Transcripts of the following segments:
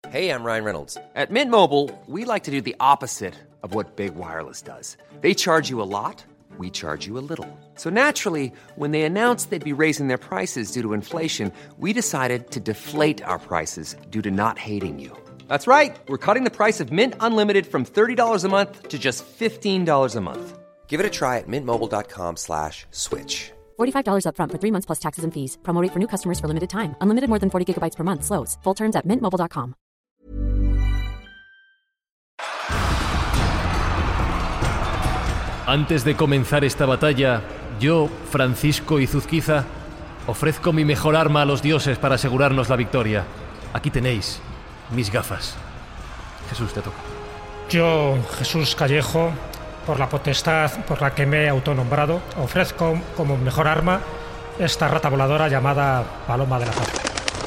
Hey, I'm Ryan Reynolds. At Mint Mobile, we like to do the opposite of what Big Wireless does. They charge you a lot, we charge you a little. So naturally, when they announced they'd be raising their prices due to inflation, we decided to deflate our prices due to not hating you. That's right. We're cutting the price of Mint Unlimited from $30 a month to just $15 a month. Give it a try at mintmobile.com/switch. $45 up front for 3 months plus taxes and fees. Promo rate for new customers for limited time. Unlimited more than 40 gigabytes per month. Slows full terms at mintmobile.com. Antes de comenzar esta batalla, yo, Francisco Izuzquiza, ofrezco mi mejor arma a los dioses para asegurarnos la victoria. Aquí tenéis mis gafas. Jesús, te toca. Yo, Jesús Callejo, por la potestad por la que me he autonombrado, ofrezco como mejor arma esta rata voladora llamada Paloma de la Paz.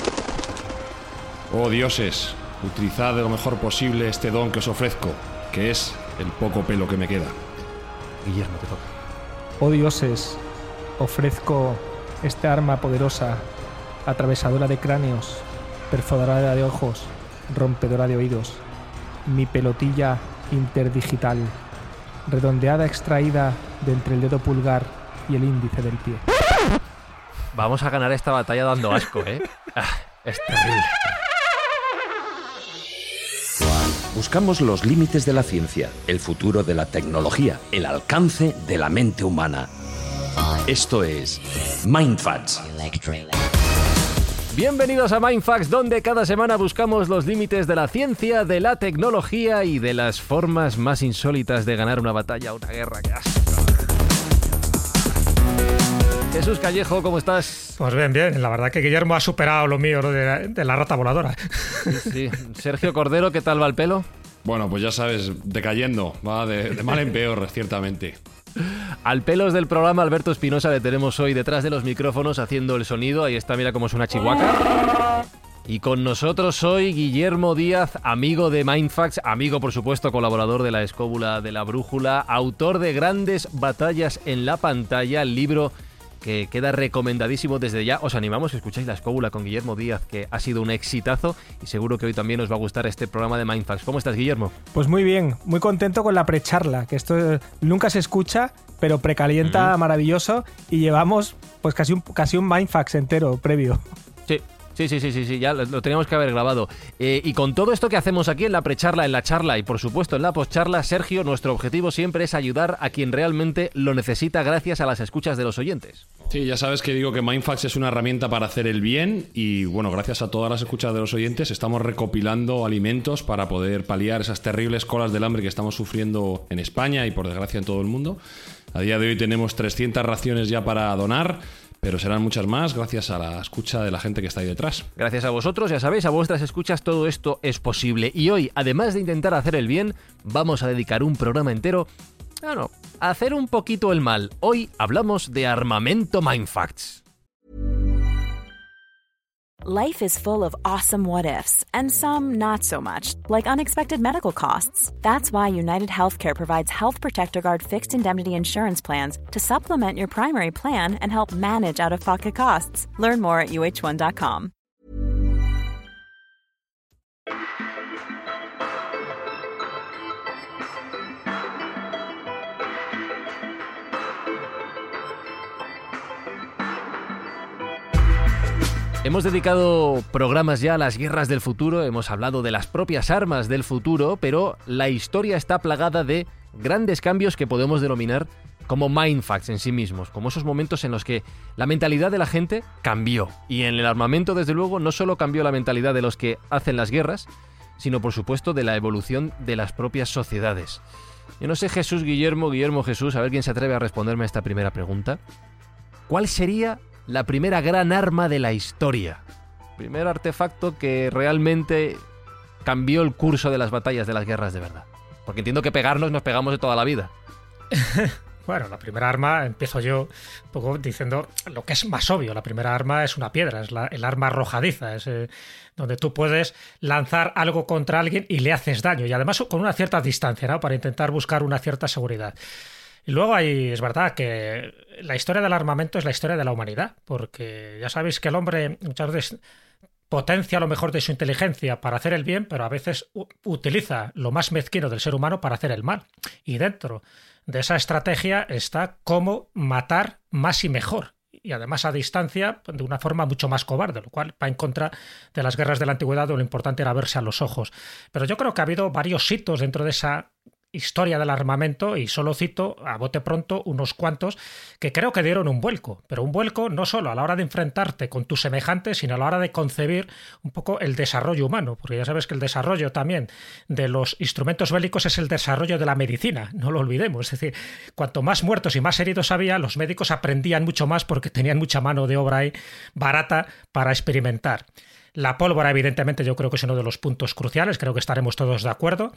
Oh dioses, utilizad de lo mejor posible este don que os ofrezco, que es el poco pelo que me queda. Guillermo, te toca. Oh dioses, ofrezco esta arma poderosa, atravesadora de cráneos, perforadora de ojos, rompedora de oídos, mi pelotilla interdigital, redondeada extraída de entre el dedo pulgar y el índice del pie. Vamos a ganar esta batalla dando asco, ¿eh? Es terrible. Buscamos los límites de la ciencia, el futuro de la tecnología, el alcance de la mente humana. Esto es Mindfacts. Bienvenidos a Mindfacts, donde cada semana buscamos los límites de la ciencia, de la tecnología y de las formas más insólitas de ganar una batalla o una guerra. ¡Qué asco! Jesús Callejo, ¿cómo estás? Pues bien. La verdad que Guillermo ha superado lo mío, ¿no? de la rata voladora. Sí. Sergio Cordero, ¿qué tal va el pelo? Bueno, pues ya sabes, decayendo, va de mal en peor, ciertamente. Al pelos del programa, Alberto Espinosa, le tenemos hoy detrás de los micrófonos haciendo el sonido. Ahí está, mira cómo suena Chihuahua. Y con nosotros hoy Guillermo Díaz, amigo de Mindfacts, amigo por supuesto, colaborador de La Escóbula de la Brújula, autor de Grandes Batallas en la Pantalla, el libro que queda recomendadísimo desde ya. Os animamos a que escuchéis La Escóbula con Guillermo Díaz, que ha sido un exitazo, y seguro que hoy también os va a gustar este programa de Mindfacts. ¿Cómo estás, Guillermo? Pues muy bien, muy contento con la precharla, que esto nunca se escucha, pero precalienta maravilloso, y llevamos pues casi un Mindfacts entero previo. Sí, ya lo teníamos que haber grabado. Y con todo esto que hacemos aquí en la precharla, en la charla y por supuesto en la postcharla, Sergio, nuestro objetivo siempre es ayudar a quien realmente lo necesita gracias a las escuchas de los oyentes. Sí, ya sabes que digo que Mindfacts es una herramienta para hacer el bien y bueno, gracias a todas las escuchas de los oyentes estamos recopilando alimentos para poder paliar esas terribles colas del hambre que estamos sufriendo en España y por desgracia en todo el mundo. A día de hoy tenemos 300 raciones ya para donar, pero serán muchas más gracias a la escucha de la gente que está ahí detrás. Gracias a vosotros, ya sabéis, a vuestras escuchas todo esto es posible. Y hoy, además de intentar hacer el bien, vamos a dedicar un programa entero a hacer un poquito el mal. Hoy hablamos de armamento Mindfacts. Life is full of awesome what-ifs, and some not so much, like unexpected medical costs. That's why United Healthcare provides Health Protector Guard fixed indemnity insurance plans to supplement your primary plan and help manage out-of-pocket costs. Learn more at uh1.com. Hemos dedicado programas ya a las guerras del futuro, hemos hablado de las propias armas del futuro, pero la historia está plagada de grandes cambios que podemos denominar como Mindfacts en sí mismos, como esos momentos en los que la mentalidad de la gente cambió. Y en el armamento, desde luego, no solo cambió la mentalidad de los que hacen las guerras, sino por supuesto de la evolución de las propias sociedades. Yo no sé, Jesús, Guillermo, Jesús, a ver quién se atreve a responderme a esta primera pregunta. ¿Cuál sería la primera gran arma de la historia? Primer artefacto que realmente cambió el curso de las batallas, de las guerras de verdad. Porque entiendo que pegarnos nos pegamos de toda la vida. Bueno, la primera arma, empiezo yo un poco diciendo lo que es más obvio. La primera arma es una piedra, es el arma arrojadiza, es donde tú puedes lanzar algo contra alguien y le haces daño, y además con una cierta distancia, ¿no? Para intentar buscar una cierta seguridad. Y luego es verdad que la historia del armamento es la historia de la humanidad, porque ya sabéis que el hombre muchas veces potencia lo mejor de su inteligencia para hacer el bien, pero a veces utiliza lo más mezquino del ser humano para hacer el mal. Y dentro de esa estrategia está cómo matar más y mejor. Y además a distancia, de una forma mucho más cobarde, lo cual va en contra de las guerras de la antigüedad, donde lo importante era verse a los ojos. Pero yo creo que ha habido varios hitos dentro de esa historia del armamento, y solo cito a bote pronto unos cuantos que creo que dieron un vuelco, pero un vuelco no solo a la hora de enfrentarte con tus semejantes, sino a la hora de concebir un poco el desarrollo humano, porque ya sabes que el desarrollo también de los instrumentos bélicos es el desarrollo de la medicina, no lo olvidemos. Es decir, cuanto más muertos y más heridos había, los médicos aprendían mucho más porque tenían mucha mano de obra ahí barata para experimentar. La pólvora, evidentemente, yo creo que es uno de los puntos cruciales, creo que estaremos todos de acuerdo.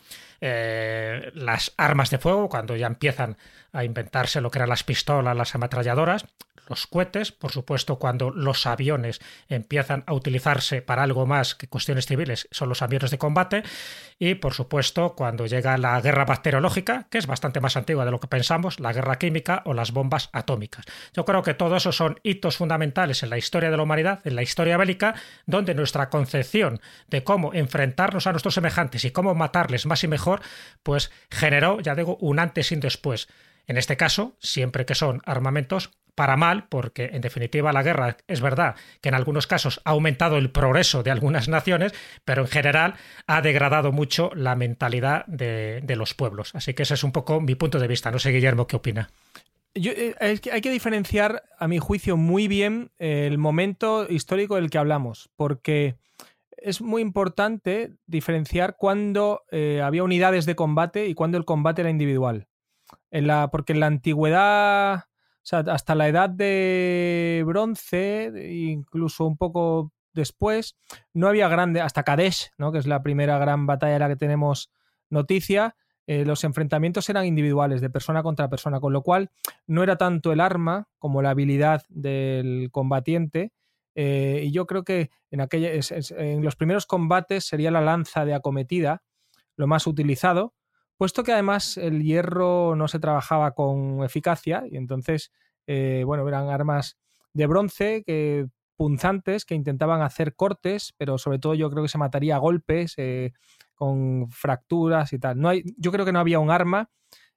Las armas de fuego, cuando ya empiezan a inventarse lo que eran las pistolas, las ametralladoras, los cohetes, por supuesto, cuando los aviones empiezan a utilizarse para algo más que cuestiones civiles, son los aviones de combate, y por supuesto cuando llega la guerra bacteriológica, que es bastante más antigua de lo que pensamos, la guerra química o las bombas atómicas. Yo creo que todo eso son hitos fundamentales en la historia de la humanidad, en la historia bélica, donde nuestra concepción de cómo enfrentarnos a nuestros semejantes y cómo matarles más y mejor, pues generó, ya digo, un antes y un después. En este caso, siempre que son armamentos para mal, porque en definitiva la guerra es verdad que en algunos casos ha aumentado el progreso de algunas naciones, pero en general ha degradado mucho la mentalidad de los pueblos. Así que ese es un poco mi punto de vista. No sé, Guillermo, ¿qué opina? Hay que diferenciar, a mi juicio, muy bien el momento histórico del que hablamos, porque es muy importante diferenciar cuándo había unidades de combate y cuándo el combate era individual. Porque en la antigüedad, o sea, hasta la edad de bronce, incluso un poco después, no había hasta Kadesh, ¿no?, que es la primera gran batalla de la que tenemos noticia, los enfrentamientos eran individuales, de persona contra persona, con lo cual no era tanto el arma como la habilidad del combatiente. Y yo creo que en los primeros combates sería la lanza de acometida lo más utilizado, puesto que además el hierro no se trabajaba con eficacia, y entonces eran armas de bronce punzantes que intentaban hacer cortes, pero sobre todo yo creo que se mataría a golpes, con fracturas y tal. Yo creo que no había un arma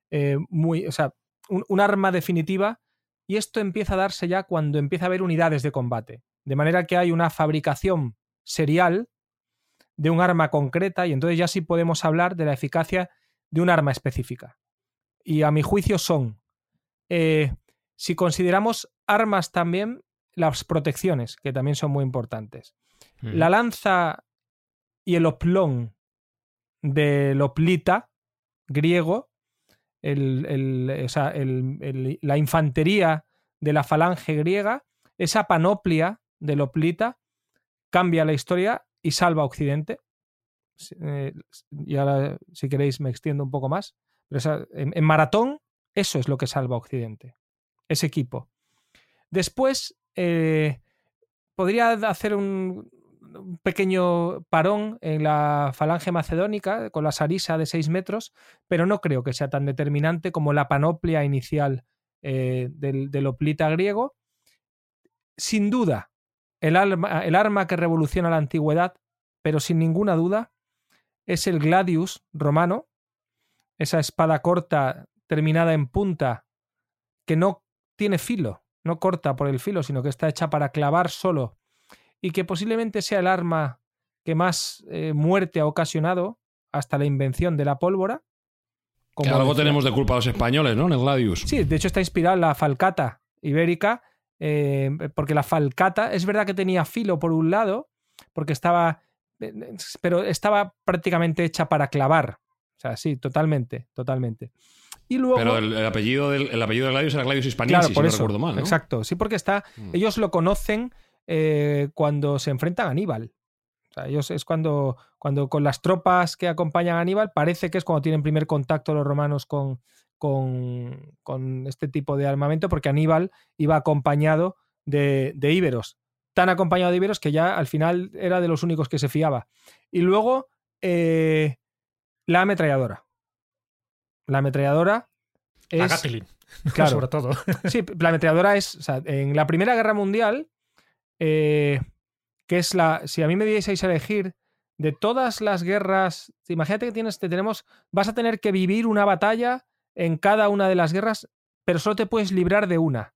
un arma definitiva, y esto empieza a darse ya cuando empieza a haber unidades de combate, de manera que hay una fabricación serial de un arma concreta, y entonces ya sí podemos hablar de la eficacia de un arma específica. Y a mi juicio son, si consideramos armas también, las protecciones, que también son muy importantes. La lanza y el oplón del hoplita griego, la infantería de la falange griega, esa panoplia del hoplita cambia la historia y salva a Occidente. Y ahora, si queréis, me extiendo un poco más. Pero en maratón, eso es lo que salva a Occidente, ese equipo. Después, podría hacer un pequeño parón en la falange macedónica con la sarisa de 6 metros, pero no creo que sea tan determinante como la panoplia inicial del hoplita griego. Sin duda, el arma que revoluciona la antigüedad, pero sin ninguna duda, es el gladius romano, esa espada corta terminada en punta que no tiene filo, no corta por el filo, sino que está hecha para clavar solo, y que posiblemente sea el arma que más muerte ha ocasionado hasta la invención de la pólvora. Que algo tenemos de culpa los españoles, ¿no?, en el gladius. Sí, de hecho está inspirada en la falcata ibérica, porque la falcata es verdad que tenía filo por un lado, pero estaba prácticamente hecha para clavar. O sea, sí, totalmente. Y luego, pero el apellido del gladius era Gladius Hispaniensis, claro, por si eso, no recuerdo mal, ¿no? Exacto, sí, porque ellos lo conocen cuando se enfrentan a Aníbal. O sea, ellos es cuando con las tropas que acompañan a Aníbal, parece que es cuando tienen primer contacto los romanos con este tipo de armamento, porque Aníbal iba acompañado de íberos, tan acompañado de íberos que ya al final era de los únicos que se fiaba. Y luego la ametralladora. La ametralladora es... La Gatling, claro, sobre todo. Sí, la ametralladora es... O sea, en la Primera Guerra Mundial, que es si a mí me dieseis a elegir de todas las guerras, imagínate que vas a tener que vivir una batalla en cada una de las guerras, pero solo te puedes librar de una.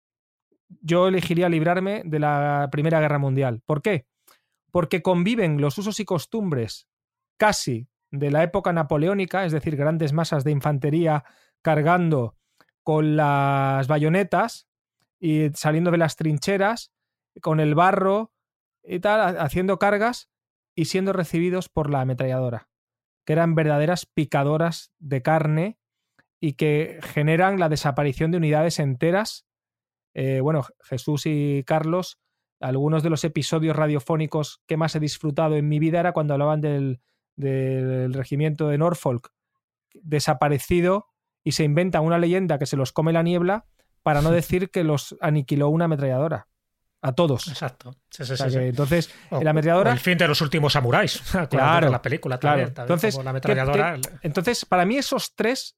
Yo elegiría librarme de la Primera Guerra Mundial. ¿Por qué? Porque conviven los usos y costumbres casi de la época napoleónica, es decir, grandes masas de infantería cargando con las bayonetas y saliendo de las trincheras, con el barro y tal, haciendo cargas y siendo recibidos por la ametralladora, que eran verdaderas picadoras de carne y que generan la desaparición de unidades enteras. Bueno, Jesús y Carlos, algunos de los episodios radiofónicos que más he disfrutado en mi vida era cuando hablaban del regimiento de Norfolk desaparecido y se inventan una leyenda que se los come la niebla para no decir que los aniquiló una ametralladora. A todos. Exacto. Sí, entonces, la ametralladora... el fin de los últimos samuráis. Claro. La película claro. También entonces, como la ametralladora... entonces, para mí esos tres,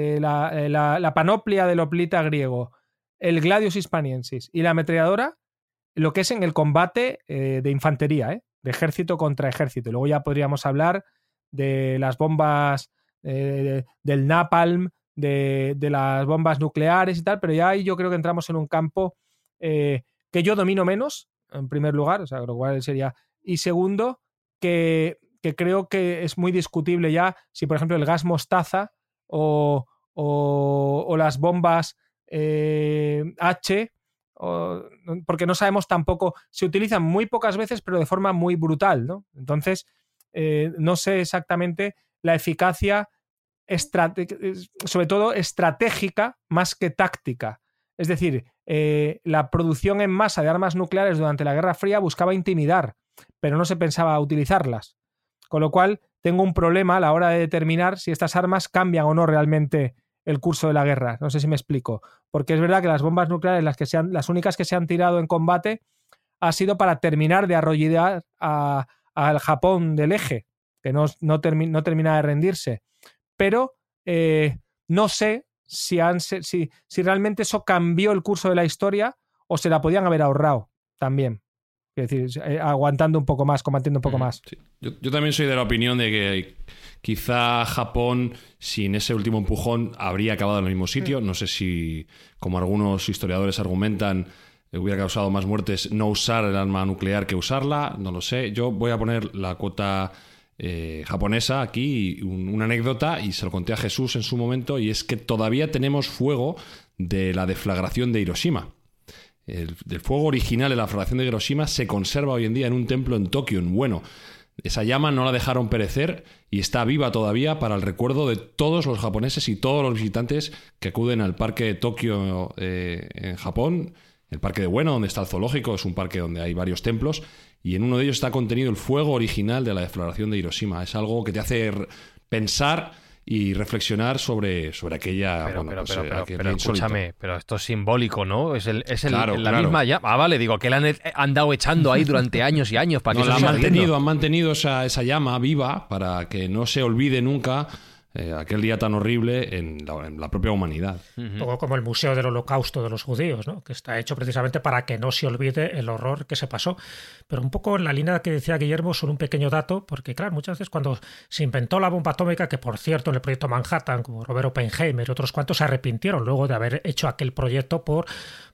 la panoplia del hoplita griego, el gladius hispaniensis y la ametralladora, lo que es en el combate de infantería, de ejército contra ejército. Y luego ya podríamos hablar de las bombas, del napalm, de las bombas nucleares y tal, pero ya ahí yo creo que entramos en un campo que yo domino menos, en primer lugar, o sea, lo cual sería... Y segundo, que creo que es muy discutible ya si, por ejemplo, el gas mostaza o las bombas H, porque no sabemos tampoco, se utilizan muy pocas veces, pero de forma muy brutal, ¿no? Entonces, no sé exactamente la eficacia, sobre todo estratégica, más que táctica. Es decir, la producción en masa de armas nucleares durante la Guerra Fría buscaba intimidar, pero no se pensaba utilizarlas. Con lo cual, tengo un problema a la hora de determinar si estas armas cambian o no realmente el curso de la guerra. No sé si me explico. Porque es verdad que las bombas nucleares, las únicas que se han tirado en combate, ha sido para terminar de arrollar al Japón del eje, que no termina de rendirse. Pero no sé si realmente eso cambió el curso de la historia o se la podían haber ahorrado también. Es decir, aguantando un poco más, combatiendo un poco más. Sí. Yo también soy de la opinión de que quizá Japón, sin ese último empujón, habría acabado en el mismo sitio. No sé si, como algunos historiadores argumentan, hubiera causado más muertes no usar el arma nuclear que usarla. No lo sé. Yo voy a poner la cuota japonesa aquí, una anécdota, y se lo conté a Jesús en su momento, y es que todavía tenemos fuego de la deflagración de Hiroshima. Del fuego original de la deflagración de Hiroshima se conserva hoy en día en un templo en Tokio, en Ueno. Esa llama no la dejaron perecer y está viva todavía para el recuerdo de todos los japoneses y todos los visitantes que acuden al parque de Tokio en Japón, el parque de Ueno, donde está el zoológico. Es un parque donde hay varios templos y en uno de ellos está contenido el fuego original de la deflagración de Hiroshima. Es algo que te hace pensar y reflexionar sobre aquella... Pero escúchame, pero esto es simbólico, ¿no? Es claro, la misma llama. Ah, vale, digo, que la han andado echando ahí durante años y años para que no, han mantenido esa llama viva para que no se olvide nunca aquel día tan horrible en la propia humanidad. Un poco como el Museo del Holocausto de los judíos, ¿no? Que está hecho precisamente para que no se olvide el horror que se pasó. Pero un poco en la línea que decía Guillermo, solo un pequeño dato, porque claro, muchas veces cuando se inventó la bomba atómica, que por cierto en el proyecto Manhattan, como Robert Oppenheimer y otros cuantos se arrepintieron luego de haber hecho aquel proyecto por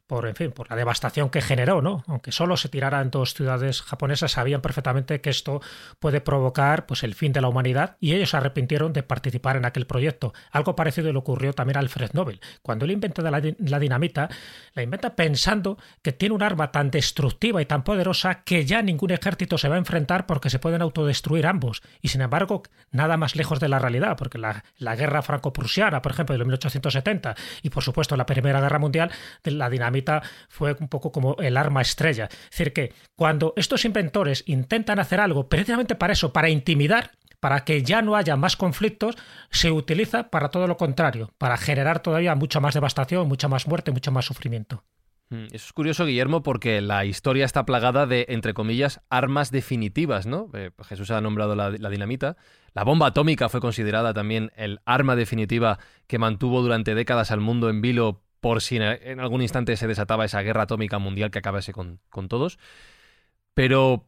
la devastación que generó, ¿no? Aunque solo se tirara en 2 ciudades japonesas, sabían perfectamente que esto puede provocar pues el fin de la humanidad y ellos se arrepintieron de participar en aquel proyecto. Algo parecido le ocurrió también a Alfred Nobel. Cuando él inventa la dinamita, la inventa pensando que tiene un arma tan destructiva y tan poderosa que ya ningún ejército se va a enfrentar porque se pueden autodestruir ambos. Y sin embargo, nada más lejos de la realidad, porque la guerra franco-prusiana, por ejemplo, de 1870 y por supuesto la Primera Guerra Mundial, la dinamita fue un poco como el arma estrella. Es decir, que cuando estos inventores intentan hacer algo precisamente para eso, para intimidar, para que ya no haya más conflictos, se utiliza para todo lo contrario, para generar todavía mucha más devastación, mucha más muerte, mucho más sufrimiento. Eso es curioso, Guillermo, porque la historia está plagada de, entre comillas, armas definitivas, ¿no? Jesús ha nombrado la dinamita. La bomba atómica fue considerada también el arma definitiva que mantuvo durante décadas al mundo en vilo por si en algún instante se desataba esa guerra atómica mundial que acabase con todos. Pero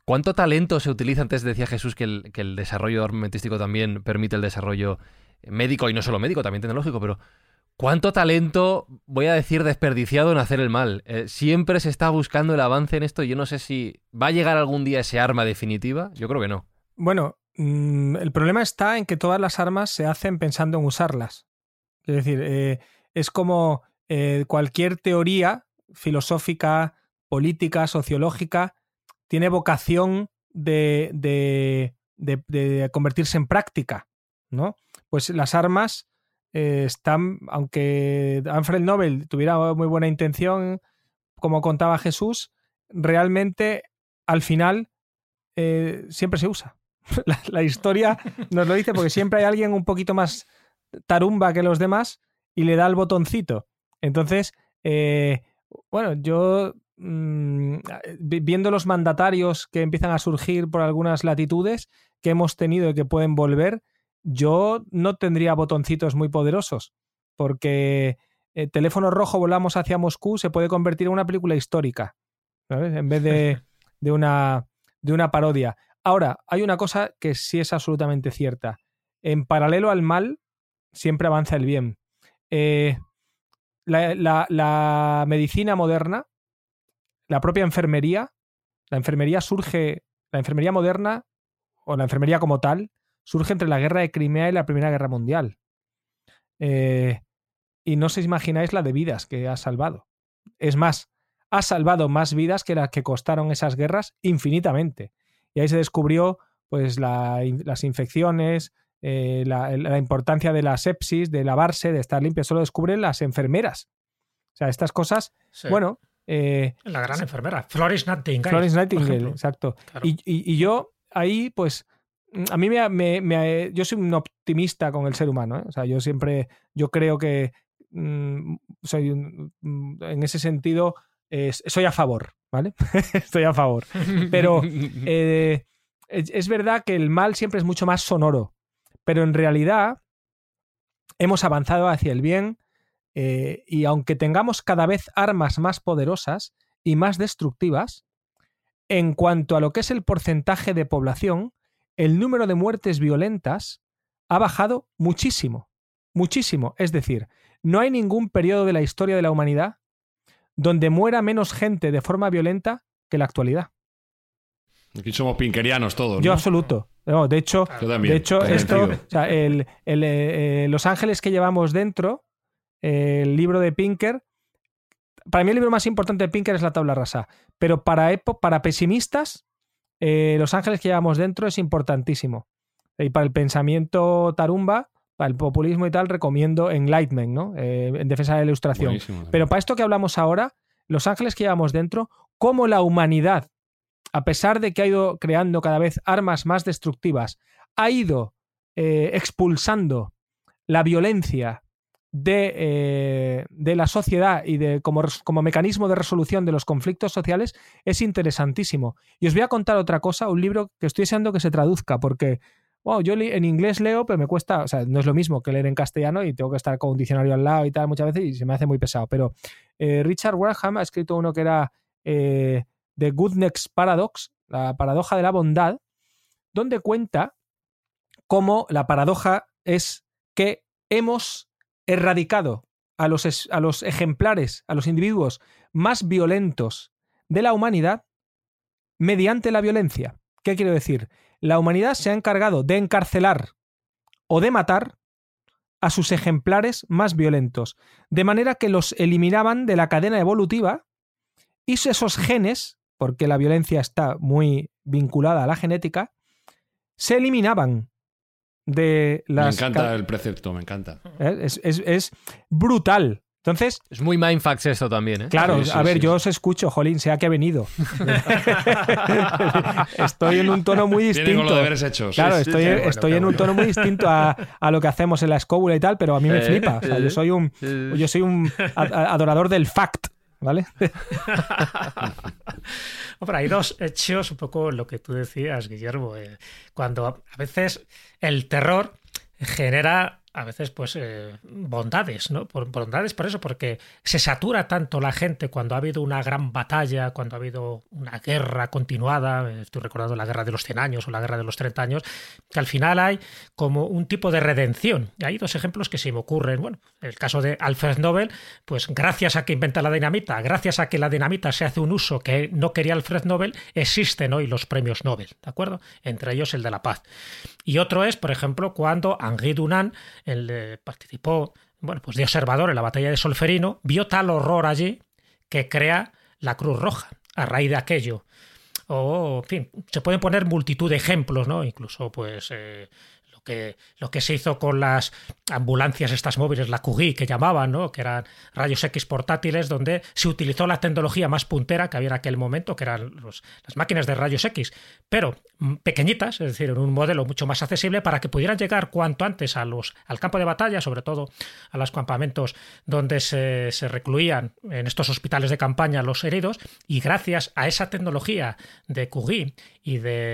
¿Cuánto talento se utiliza? Antes decía Jesús que el desarrollo armamentístico también permite el desarrollo médico, y no solo médico, también tecnológico, pero ¿cuánto talento, voy a decir, desperdiciado en hacer el mal? Siempre se está buscando el avance en esto. Yo no sé si va a llegar algún día ese arma definitiva. Yo creo que no. Bueno, el problema está en que todas las armas se hacen pensando en usarlas. Es decir, es como cualquier teoría filosófica, política, sociológica, tiene vocación de convertirse en práctica, ¿no? Pues las armas están, aunque Alfred Nobel tuviera muy buena intención, como contaba Jesús, realmente al final siempre se usa. La historia nos lo dice, porque siempre hay alguien un poquito más tarumba que los demás y le da el botoncito. Entonces, bueno, yo viendo los mandatarios que empiezan a surgir por algunas latitudes que hemos tenido y que pueden volver, yo no tendría botoncitos muy poderosos, porque Teléfono Rojo, volamos hacia Moscú se puede convertir en una película histórica, ¿sabes? En vez de una parodia. Ahora, hay una cosa que sí es absolutamente cierta. En paralelo al mal, siempre avanza el bien. La medicina moderna, la propia enfermería, la enfermería moderna, o la enfermería como tal, surge entre la guerra de Crimea y la Primera Guerra Mundial. Y no os imagináis la de vidas que ha salvado. Es más, ha salvado más vidas que las que costaron esas guerras infinitamente. Y ahí se descubrió pues las infecciones, la importancia de la sepsis, de lavarse, de estar limpio. Eso lo descubren las enfermeras. O sea, estas cosas, sí. Bueno... la gran enfermera, Florence Nightingale. Florence Nightingale, exacto. Claro. Y yo ahí, pues, a mí yo soy un optimista con el ser humano, ¿eh? O sea, yo creo que soy en ese sentido soy a favor, ¿vale? Estoy a favor. Pero es verdad que el mal siempre es mucho más sonoro, pero en realidad hemos avanzado hacia el bien. Y aunque tengamos cada vez armas más poderosas y más destructivas, en cuanto a lo que es el porcentaje de población, el número de muertes violentas ha bajado muchísimo, muchísimo. Es decir, no hay ningún periodo de la historia de la humanidad donde muera menos gente de forma violenta que la actualidad. Aquí somos pinkerianos todos, ¿no? Yo absoluto. No, de hecho, esto, o sea, Los Ángeles que llevamos dentro, el libro de Pinker, para mí el libro más importante de Pinker es La tabla rasa, pero para pesimistas, Los Ángeles que llevamos dentro es importantísimo. Y para el pensamiento tarumba, para el populismo y tal, recomiendo Enlightenment, ¿no? En defensa de la ilustración. Buenísimo. Pero para esto que hablamos ahora, Los Ángeles que llevamos dentro, cómo la humanidad, a pesar de que ha ido creando cada vez armas más destructivas, ha ido expulsando la violencia de la sociedad y como mecanismo de resolución de los conflictos sociales, es interesantísimo. Y os voy a contar otra cosa, un libro que estoy deseando que se traduzca, porque yo en inglés leo, pero me cuesta, o sea, no es lo mismo que leer en castellano y tengo que estar con un diccionario al lado y tal muchas veces y se me hace muy pesado. Pero Richard Wrangham ha escrito uno que era The Goodness Paradox, la paradoja de la bondad, donde cuenta cómo la paradoja es que hemos erradicado a los ejemplares, a los individuos más violentos de la humanidad mediante la violencia. ¿Qué quiero decir? La humanidad se ha encargado de encarcelar o de matar a sus ejemplares más violentos, de manera que los eliminaban de la cadena evolutiva y esos genes, porque la violencia está muy vinculada a la genética, se eliminaban de las... Me encanta el precepto, me encanta. Es brutal. Entonces... Es muy mindfucks esto también, ¿eh? Claro, sí, a ver, yo os escucho, jolín, sea que ha venido. Estoy en un tono muy distinto. Tiene con los deberes hechos. Claro, estoy en un tono muy distinto a lo que hacemos en la escóbula y tal, pero a mí me flipa. O sea, yo soy un adorador del fact, ¿vale? Pero hay dos hechos, un poco lo que tú decías, Guillermo, cuando a veces el terror genera a veces pues bondades, ¿no? Bondades por eso, porque se satura tanto la gente cuando ha habido una gran batalla, cuando ha habido una guerra continuada, estoy recordando la guerra de los 100 años o la guerra de los 30 años, que al final hay como un tipo de redención. Y hay dos ejemplos que se me ocurren. Bueno, el caso de Alfred Nobel, pues gracias a que inventa la dinamita, gracias a que la dinamita se hace un uso que no quería Alfred Nobel, existen hoy los premios Nobel, ¿de acuerdo? Entre ellos el de la paz. Y otro es, por ejemplo, cuando Henri Dunant participó, bueno, pues de observador en la batalla de Solferino, vio tal horror allí que crea la Cruz Roja a raíz de aquello. O, en fin, se pueden poner multitud de ejemplos, ¿no? Incluso, pues, lo que se hizo con las ambulancias estas móviles, la Curie que llamaban, ¿no? Que eran rayos X portátiles, donde se utilizó la tecnología más puntera que había en aquel momento, que eran las máquinas de rayos X, pero pequeñitas, es decir, en un modelo mucho más accesible para que pudieran llegar cuanto antes al campo de batalla, sobre todo a los campamentos donde se recluían en estos hospitales de campaña los heridos, y gracias a esa tecnología de Curie y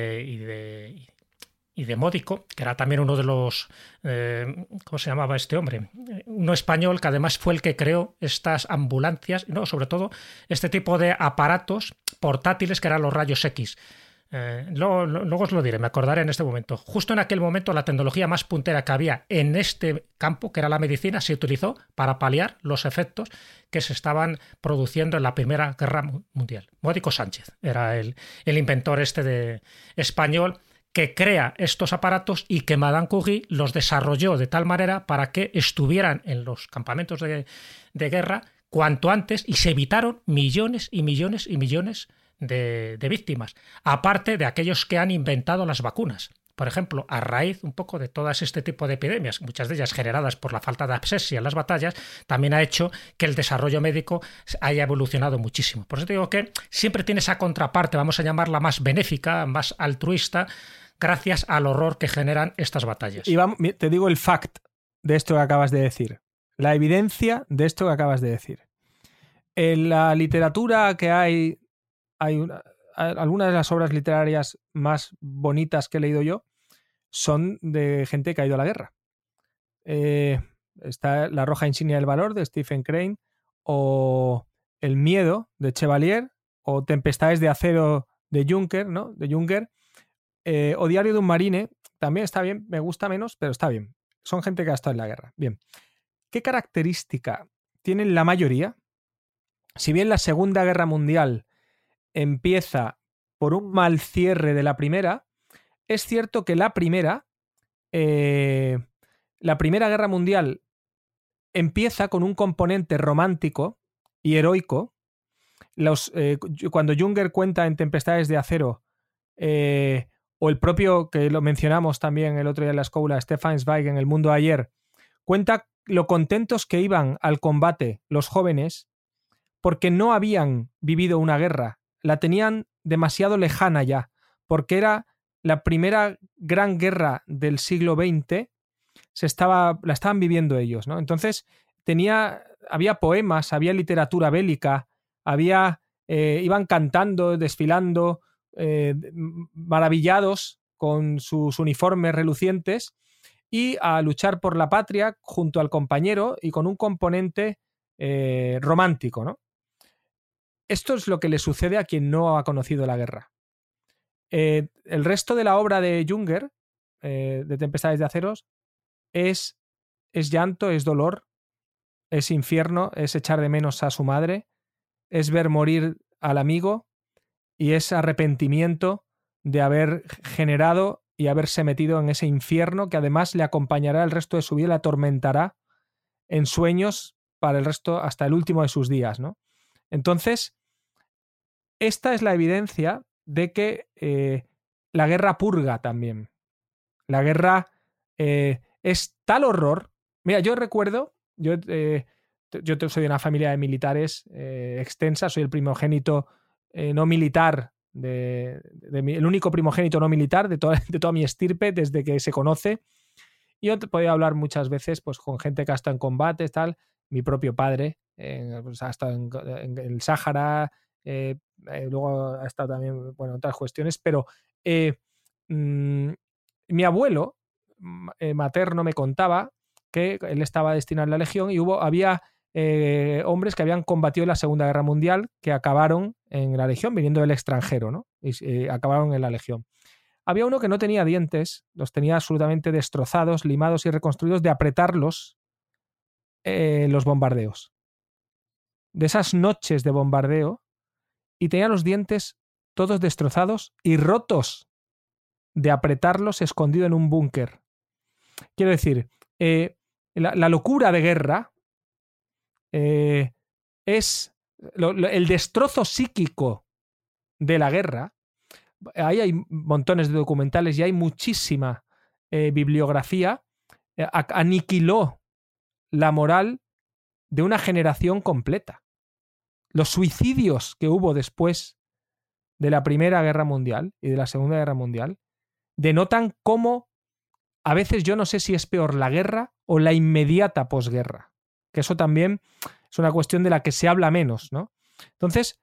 de Módico, que era también uno de los... ¿cómo se llamaba este hombre? Uno español que además fue el que creó estas ambulancias, no, sobre todo este tipo de aparatos portátiles que eran los rayos X. Luego os lo diré, me acordaré en este momento. Justo en aquel momento la tecnología más puntera que había en este campo, que era la medicina, se utilizó para paliar los efectos que se estaban produciendo en la Primera Guerra Mundial. Módico Sánchez era el inventor español que crea estos aparatos y que Madame Curie los desarrolló de tal manera para que estuvieran en los campamentos de guerra cuanto antes y se evitaron millones y millones y millones de víctimas, aparte de aquellos que han inventado las vacunas. Por ejemplo, a raíz un poco de todas este tipo de epidemias, muchas de ellas generadas por la falta de asepsia en las batallas, también ha hecho que el desarrollo médico haya evolucionado muchísimo. Por eso te digo que siempre tiene esa contraparte, vamos a llamarla más benéfica, más altruista, gracias al horror que generan estas batallas. Y te digo el fact de esto que acabas de decir, la evidencia de esto que acabas de decir. En la literatura que hay algunas de las obras literarias más bonitas que he leído yo son de gente que ha ido a la guerra. Está La Roja Insignia del Valor de Stephen Crane, o El Miedo de Chevalier, o Tempestades de Acero de Juncker, ¿no? De Junger. O Diario de un Marine, también está bien, me gusta menos, pero está bien. Son gente que ha estado en la guerra. Bien. ¿Qué característica tienen la mayoría? Si bien la Segunda Guerra Mundial empieza por un mal cierre de la primera, es cierto que la Primera Guerra Mundial empieza con un componente romántico y heroico. Cuando Junger cuenta en Tempestades de Acero, o el propio, que lo mencionamos también el otro día en la escuela, Stefan Zweig en El Mundo de Ayer, cuenta lo contentos que iban al combate los jóvenes porque no habían vivido una guerra, la tenían demasiado lejana ya, porque era la primera gran guerra del siglo XX, la estaban viviendo ellos, ¿no? Entonces había poemas, había literatura bélica, iban cantando, desfilando, maravillados con sus uniformes relucientes y a luchar por la patria junto al compañero y con un componente romántico, ¿no? Esto es lo que le sucede a quien no ha conocido la guerra. El resto de la obra de Junger, de Tempestades de Aceros, es llanto, es dolor, es infierno, es echar de menos a su madre, es ver morir al amigo y es arrepentimiento de haber generado y haberse metido en ese infierno que además le acompañará el resto de su vida, le atormentará en sueños para el resto, hasta el último de sus días, ¿no? Entonces, esta es la evidencia de que la guerra purga también. La guerra es tal horror. Mira, yo recuerdo, yo soy de una familia de militares extensa, soy el primogénito no militar, el único primogénito no militar de toda mi estirpe desde que se conoce. Y yo te podía hablar muchas veces pues, con gente que ha estado en combates, tal. Mi propio padre pues, ha estado en el Sáhara, luego ha estado también en otras cuestiones, pero mi abuelo materno me contaba que él estaba destinado en la Legión y había hombres que habían combatido en la Segunda Guerra Mundial que acabaron en la Legión, viniendo del extranjero, ¿no? Y acabaron en la Legión. Había uno que no tenía dientes, los tenía absolutamente destrozados, limados y reconstruidos de apretarlos los bombardeos. De esas noches de bombardeo, y tenía los dientes todos destrozados y rotos de apretarlos escondido en un búnker. Quiero decir, la locura de guerra es el destrozo psíquico de la guerra. Ahí hay montones de documentales y hay muchísima bibliografía. Aniquiló la moral de una generación completa. Los suicidios que hubo después de la Primera Guerra Mundial y de la Segunda Guerra Mundial denotan cómo a veces yo no sé si es peor la guerra o la inmediata posguerra, que eso también es una cuestión de la que se habla menos, ¿no? Entonces,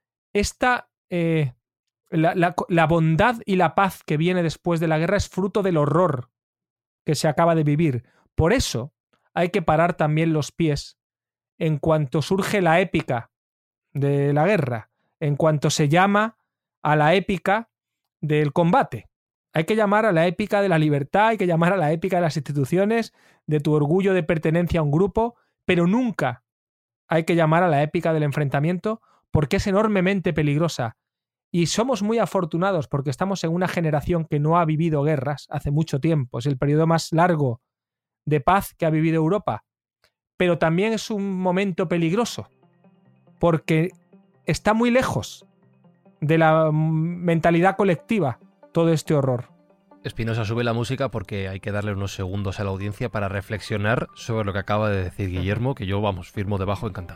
la bondad y la paz que viene después de la guerra es fruto del horror que se acaba de vivir. Por eso hay que parar también los pies en cuanto surge la épica de la guerra, en cuanto se llama a la épica del combate. Hay que llamar a la épica de la libertad, hay que llamar a la épica de las instituciones, de tu orgullo de pertenencia a un grupo, pero nunca hay que llamar a la épica del enfrentamiento porque es enormemente peligrosa. Y somos muy afortunados porque estamos en una generación que no ha vivido guerras hace mucho tiempo. Es el periodo más largo de paz que ha vivido Europa. Pero también es un momento peligroso porque está muy lejos de la mentalidad colectiva todo este horror. Espinosa, sube la música porque hay que darle unos segundos a la audiencia para reflexionar sobre lo que acaba de decir Guillermo, que yo, firmo debajo encantado.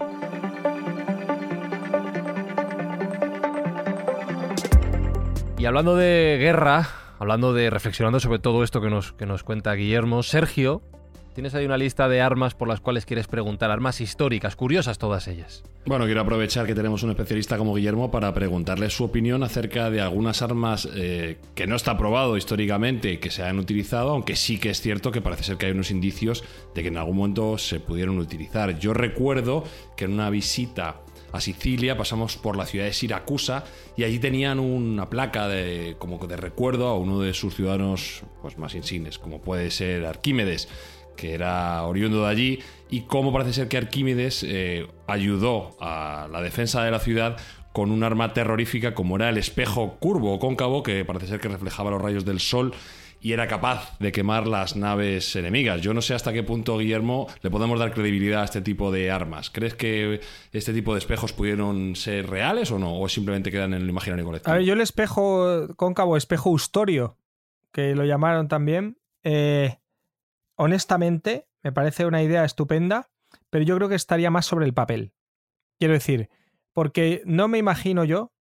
Y hablando de guerra, reflexionando sobre todo esto que nos cuenta Guillermo, Sergio, tienes ahí una lista de armas por las cuales quieres preguntar, armas históricas, curiosas todas ellas. Bueno, quiero aprovechar que tenemos un especialista como Guillermo para preguntarle su opinión acerca de algunas armas que no está probado históricamente que se han utilizado, aunque sí que es cierto que parece ser que hay unos indicios de que en algún momento se pudieron utilizar. Yo recuerdo que en una visita a Sicilia pasamos por la ciudad de Siracusa y allí tenían una placa como de recuerdo a uno de sus ciudadanos más insignes, como puede ser Arquímedes, que era oriundo de allí, y cómo parece ser que Arquímedes ayudó a la defensa de la ciudad con un arma terrorífica como era el espejo curvo o cóncavo, que parece ser que reflejaba los rayos del sol y era capaz de quemar las naves enemigas. Yo no sé hasta qué punto, Guillermo, le podemos dar credibilidad a este tipo de armas. ¿Crees que este tipo de espejos pudieron ser reales o no? ¿O simplemente quedan en el imaginario colectivo? A ver, yo el espejo cóncavo, espejo Ustorio, que lo llamaron también, honestamente, me parece una idea estupenda, pero yo creo que estaría más sobre el papel. Quiero decir, porque no me imagino yo,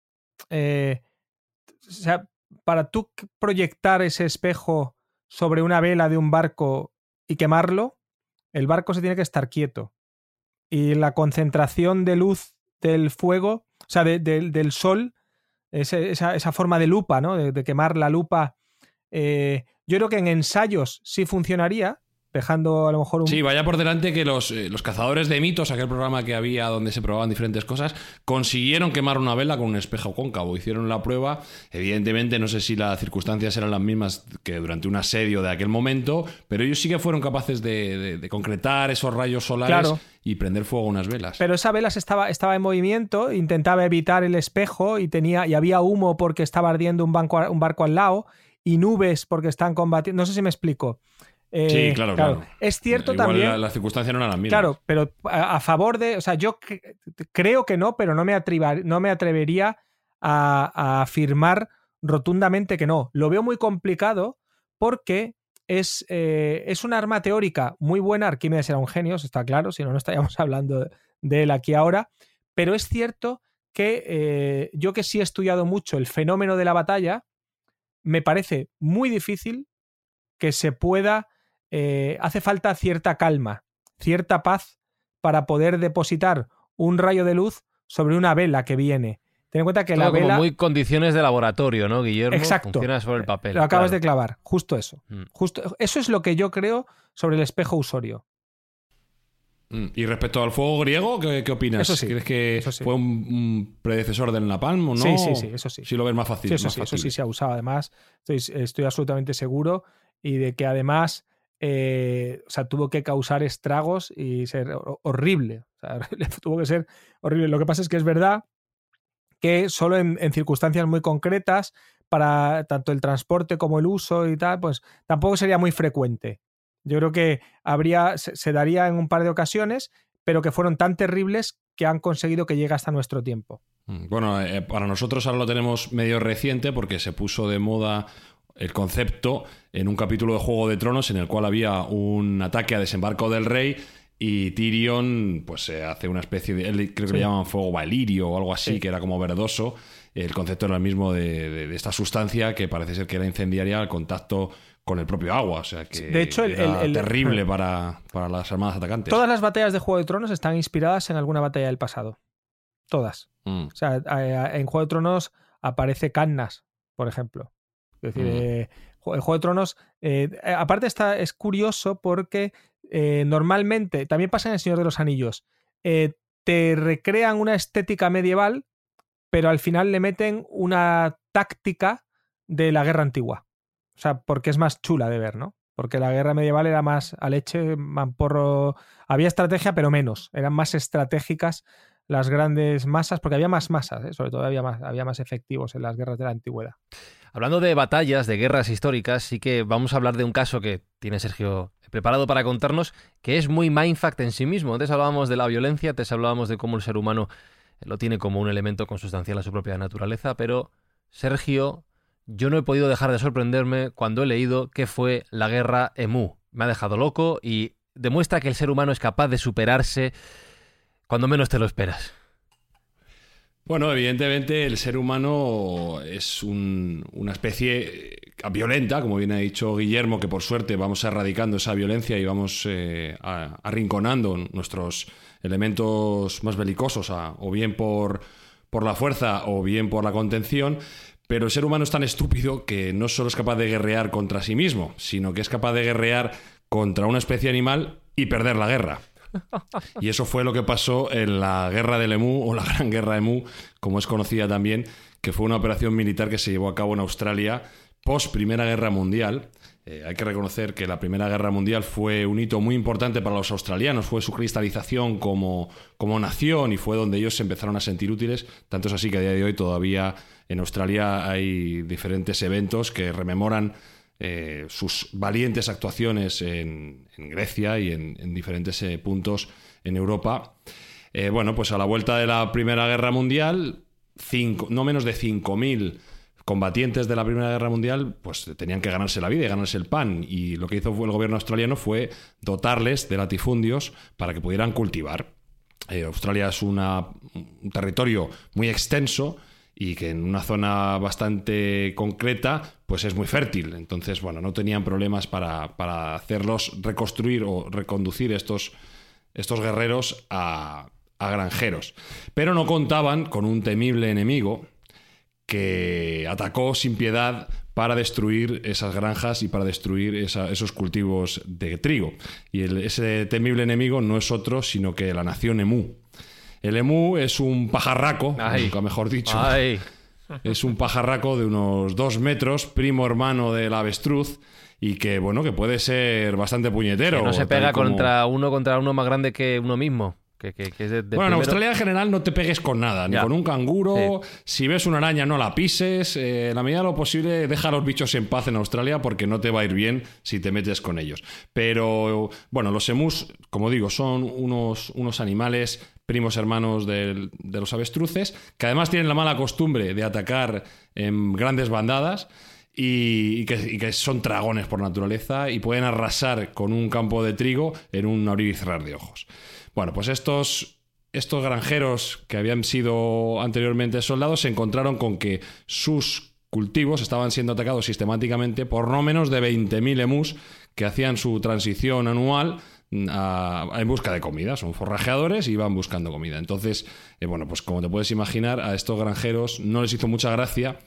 para tú proyectar ese espejo sobre una vela de un barco y quemarlo, el barco se tiene que estar quieto. Y la concentración de luz del fuego, o sea, del sol, esa forma de lupa, ¿no? De quemar la lupa, yo creo que en ensayos sí funcionaría, dejando a lo mejor Sí, vaya por delante que los cazadores de mitos, aquel programa que había donde se probaban diferentes cosas, consiguieron quemar una vela con un espejo cóncavo. Hicieron la prueba. Evidentemente, no sé si las circunstancias eran las mismas que durante un asedio de aquel momento, pero ellos sí que fueron capaces de concretar esos rayos solares, claro, y prender fuego a unas velas. Pero esa vela estaba en movimiento, intentaba evitar el espejo y había humo porque estaba ardiendo un barco al lado y nubes porque están combatiendo. No sé si me explico. Sí, claro. Es cierto. Igual también. Las circunstancias no eran las mismas. Claro, pero a favor de. O sea, yo creo que no, pero no me atrevería a afirmar rotundamente que no. Lo veo muy complicado porque es un arma teórica muy buena. Arquímedes era un genio, eso está claro, si no, no estaríamos hablando de él aquí ahora. Pero es cierto que yo que sí he estudiado mucho el fenómeno de la batalla, me parece muy difícil que se pueda. Hace falta cierta calma, cierta paz para poder depositar un rayo de luz sobre una vela que viene. Ten en cuenta que Todo la vela... como muy condiciones de laboratorio, ¿no, Guillermo? Exacto. Funciona sobre el papel. Lo acabas claro. de clavar, justo eso. Justo, eso es lo que yo creo sobre el espejo usorio. Y respecto al fuego griego, ¿qué opinas? Eso sí, ¿Crees que eso sí. fue un predecesor del napalm o no? Sí, eso sí. Sí lo ves más fácil. Sí, eso más sí, eso factible. sí se ha usado. Además, estoy absolutamente seguro y de que además tuvo que causar estragos y ser horrible. O sea, tuvo que ser horrible. Lo que pasa es que es verdad que solo en circunstancias muy concretas, para tanto el transporte como el uso y tal, pues tampoco sería muy frecuente. Yo creo que se daría en un par de ocasiones, pero que fueron tan terribles que han conseguido que llegue hasta nuestro tiempo. Bueno, para nosotros ahora lo tenemos medio reciente porque se puso de moda el concepto en un capítulo de Juego de Tronos en el cual había un ataque a Desembarco del Rey y Tyrion pues hace una especie de... Él creo que le llaman fuego valirio o algo así, que era como verdoso. El concepto era el mismo de esta sustancia que parece ser que era incendiaria al contacto con el propio agua. O sea que de hecho, era terrible para las armadas atacantes. Todas las batallas de Juego de Tronos están inspiradas en alguna batalla del pasado. Todas. O sea, en Juego de Tronos aparece Cannas, por ejemplo. Es decir, en Juego de Tronos... aparte es curioso porque normalmente, también pasa en El Señor de los Anillos, te recrean una estética medieval, pero al final le meten una táctica de la guerra antigua. O sea, porque es más chula de ver, ¿no? Porque la guerra medieval era más a leche, mamporro... Había estrategia, pero menos. Eran más estratégicas las grandes masas, porque había más masas, sobre todo había más efectivos en las guerras de la antigüedad. Hablando de batallas, de guerras históricas, sí que vamos a hablar de un caso que tiene Sergio preparado para contarnos, que es muy mindfuck en sí mismo. Antes hablábamos de la violencia, antes hablábamos de cómo el ser humano lo tiene como un elemento consustancial a su propia naturaleza, pero Sergio, yo no he podido dejar de sorprenderme cuando he leído qué fue la guerra Emú. Me ha dejado loco y demuestra que el ser humano es capaz de superarse cuando menos te lo esperas. Bueno, evidentemente el ser humano es una especie violenta, como bien ha dicho Guillermo, que por suerte vamos erradicando esa violencia y vamos arrinconando nuestros elementos más belicosos, o bien por la fuerza o bien por la contención. Pero el ser humano es tan estúpido que no solo es capaz de guerrear contra sí mismo, sino que es capaz de guerrear contra una especie animal y perder la guerra. Y eso fue lo que pasó en la Guerra del Emú, o la Gran Guerra Emú, como es conocida también, que fue una operación militar que se llevó a cabo en Australia post Primera Guerra Mundial. Hay que reconocer que la Primera Guerra Mundial fue un hito muy importante para los australianos, fue su cristalización como nación y fue donde ellos se empezaron a sentir útiles. Tanto es así que a día de hoy todavía en Australia hay diferentes eventos que rememoran sus valientes actuaciones en Grecia y en diferentes puntos en Europa. Bueno, pues a la vuelta de la Primera Guerra Mundial, no menos de 5.000 combatientes de la Primera Guerra Mundial pues tenían que ganarse la vida y ganarse el pan, y lo que hizo el gobierno australiano fue dotarles de latifundios para que pudieran cultivar. Australia es un territorio muy extenso y que en una zona bastante concreta pues es muy fértil. Entonces, bueno, no tenían problemas para hacerlos reconstruir o reconducir estos guerreros a granjeros. Pero no contaban con un temible enemigo que atacó sin piedad para destruir esas granjas y para destruir esos cultivos de trigo. Y ese temible enemigo no es otro sino que la nación Emú. El emú es un pajarraco, nunca mejor dicho. Es un pajarraco de unos 2 metros, primo hermano del avestruz, y que, bueno, que puede ser bastante puñetero. Que no se pega contra uno más grande que uno mismo. Que es de bueno, en Australia en general no te pegues con nada, ni con un canguro. Sí. Si ves una araña no la pises. En la medida de lo posible deja a los bichos en paz en Australia, porque no te va a ir bien si te metes con ellos. Pero bueno, los emús, como digo, son unos animales primos hermanos de los avestruces, que además tienen la mala costumbre de atacar en grandes bandadas y que son dragones por naturaleza y pueden arrasar con un campo de trigo en un abrir y cerrar de ojos. Bueno, pues estos granjeros que habían sido anteriormente soldados se encontraron con que sus cultivos estaban siendo atacados sistemáticamente por no menos de 20.000 emús que hacían su transición anual en busca de comida. Son forrajeadores y van buscando comida. Entonces, bueno, pues como te puedes imaginar, a estos granjeros no les hizo mucha gracia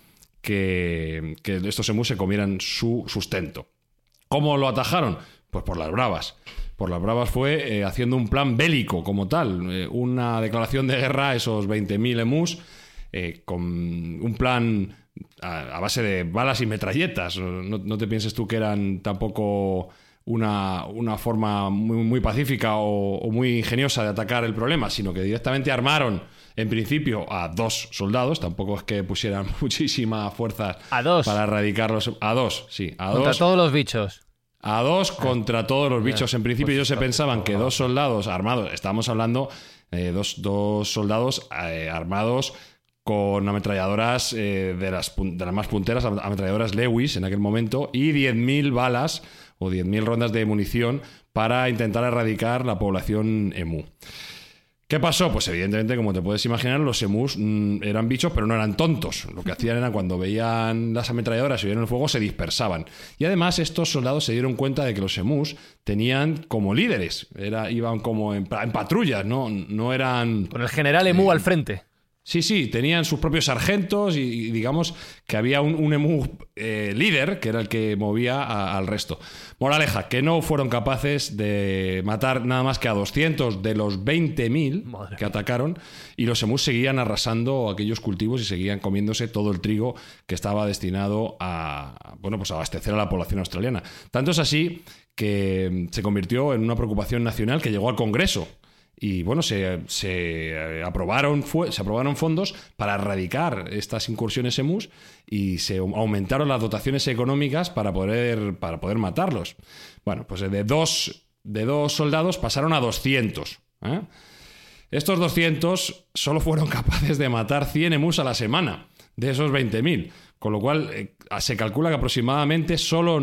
que estos emus se comieran su sustento. ¿Cómo lo atajaron? Pues por las bravas. Por las bravas fue haciendo un plan bélico como tal, una declaración de guerra a esos 20.000 emus, con un plan a base de balas y metralletas. No te pienses tú que eran tampoco una forma muy pacífica o muy ingeniosa de atacar el problema, sino que directamente armaron en principio a 2 soldados. Tampoco es que pusieran muchísima fuerza para erradicarlos. A 2, sí. Contra todos los bichos. A 2 contra todos los bichos. En principio ellos se pensaban que 2 soldados armados, estábamos hablando de dos soldados armados con ametralladoras de las más punteras, ametralladoras Lewis en aquel momento, y 10.000 balas o 10.000 rondas de munición para intentar erradicar la población emu. ¿Qué pasó? Pues evidentemente, como te puedes imaginar, los emus eran bichos, pero no eran tontos. Lo que hacían era, cuando veían las ametralladoras y veían el fuego, se dispersaban. Y además estos soldados se dieron cuenta de que los emus tenían como líderes. Iban como en patrullas, no eran... Con el general emu al frente. Sí, tenían sus propios sargentos y digamos que había un emu líder, que era el que movía al resto. Moraleja, que no fueron capaces de matar nada más que a 200 de los 20.000 que atacaron, y los emus seguían arrasando aquellos cultivos y seguían comiéndose todo el trigo que estaba destinado a abastecer a la población australiana. Tanto es así que se convirtió en una preocupación nacional que llegó al Congreso. Y bueno, se aprobaron fondos para erradicar estas incursiones emus y se aumentaron las dotaciones económicas para poder matarlos. Bueno, pues de dos soldados pasaron a 200. Estos 200 solo fueron capaces de matar 100 emus a la semana de esos 20.000. Con lo cual se calcula que aproximadamente solo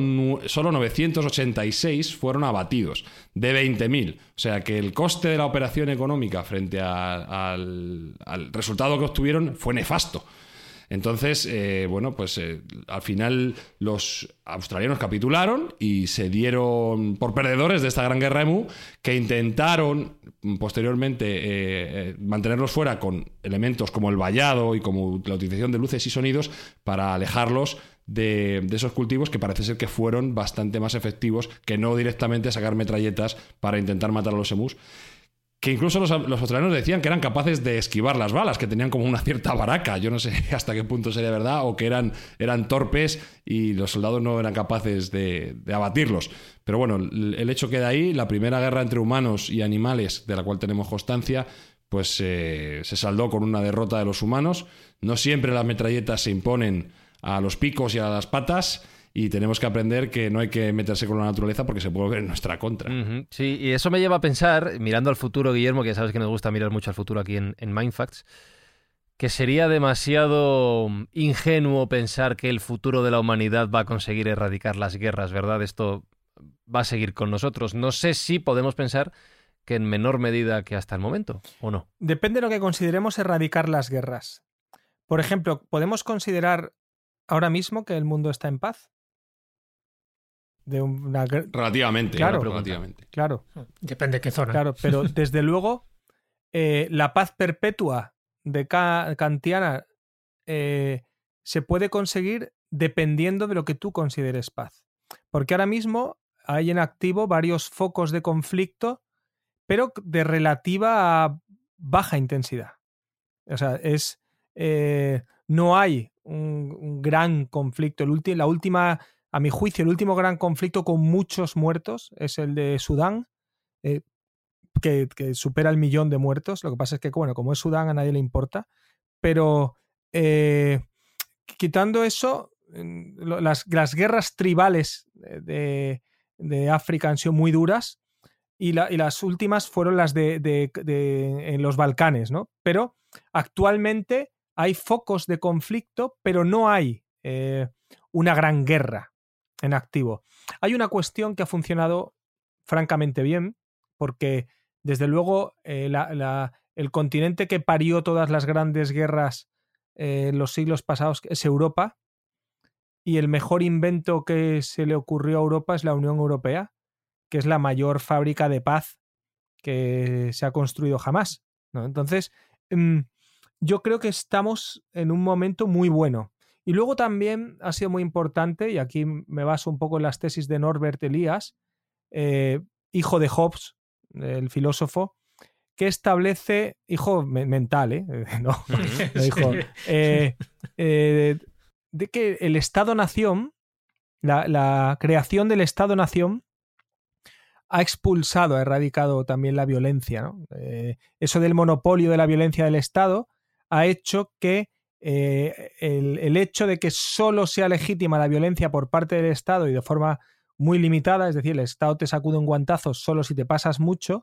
986 fueron abatidos de 20.000. O sea que el coste de la operación económica frente al resultado que obtuvieron fue nefasto. Entonces, al final los australianos capitularon y se dieron por perdedores de esta gran guerra emu, que intentaron posteriormente mantenerlos fuera con elementos como el vallado y como la utilización de luces y sonidos para alejarlos de esos cultivos, que parece ser que fueron bastante más efectivos que no directamente sacar metralletas para intentar matar a los emus. Que incluso los australianos decían que eran capaces de esquivar las balas, que tenían como una cierta baraca. Yo no sé hasta qué punto sería verdad, o que eran torpes y los soldados no eran capaces de abatirlos. Pero bueno, el hecho queda ahí. La primera guerra entre humanos y animales, de la cual tenemos constancia, pues se saldó con una derrota de los humanos. No siempre las metralletas se imponen a los picos y a las patas, y tenemos que aprender que no hay que meterse con la naturaleza porque se puede ver en nuestra contra. Sí, y eso me lleva a pensar, mirando al futuro, Guillermo, que ya sabes que nos gusta mirar mucho al futuro aquí en Mindfacts, que sería demasiado ingenuo pensar que el futuro de la humanidad va a conseguir erradicar las guerras, ¿verdad? Esto va a seguir con nosotros. No sé si podemos pensar que en menor medida que hasta el momento, ¿o no? Depende de lo que consideremos erradicar las guerras. Por ejemplo, ¿podemos considerar ahora mismo que el mundo está en paz? Relativamente. Claro. Depende de qué zona. Claro, pero desde luego la paz perpetua de kantiana se puede conseguir dependiendo de lo que tú consideres paz. Porque ahora mismo hay en activo varios focos de conflicto, pero de relativa a baja intensidad. O sea, no hay un gran conflicto. A mi juicio, el último gran conflicto con muchos muertos es el de Sudán, que supera el 1.000.000 de muertos. Lo que pasa es que, bueno, como es Sudán, a nadie le importa. Pero quitando eso, las guerras tribales de África han sido muy duras, y las últimas fueron las en los Balcanes, ¿no? Pero actualmente hay focos de conflicto, pero no hay una gran guerra en activo. Hay una cuestión que ha funcionado francamente bien, porque desde luego el continente que parió todas las grandes guerras en los siglos pasados es Europa, y el mejor invento que se le ocurrió a Europa es la Unión Europea, que es la mayor fábrica de paz que se ha construido jamás, ¿no? Entonces, yo creo que estamos en un momento muy bueno. Y luego también ha sido muy importante, y aquí me baso un poco en las tesis de Norbert Elias, hijo de Hobbes, el filósofo, que establece, hijo mental, no, no hijo, de que el Estado-nación, la creación del Estado-nación ha expulsado, ha erradicado también la violencia, ¿no? Eso del monopolio de la violencia del Estado ha hecho que el hecho de que solo sea legítima la violencia por parte del Estado y de forma muy limitada, es decir, el Estado te sacude un guantazo solo si te pasas mucho,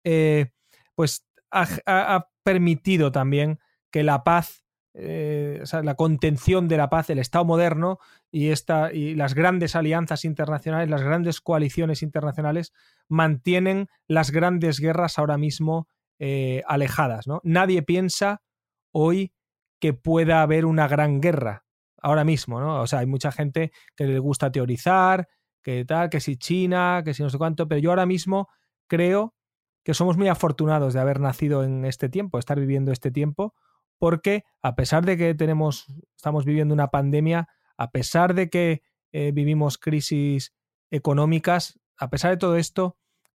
pues ha permitido también que la paz, o sea, la contención de la paz, el Estado moderno y las grandes alianzas internacionales, las grandes coaliciones internacionales mantienen las grandes guerras ahora mismo alejadas, ¿no? Nadie piensa hoy que pueda haber una gran guerra ahora mismo, ¿no? O sea, hay mucha gente que le gusta teorizar, que tal, que si China, que si no sé cuánto, pero yo ahora mismo creo que somos muy afortunados de haber nacido en este tiempo, estar viviendo este tiempo, porque a pesar de que estamos viviendo una pandemia, a pesar de que vivimos crisis económicas, a pesar de todo esto,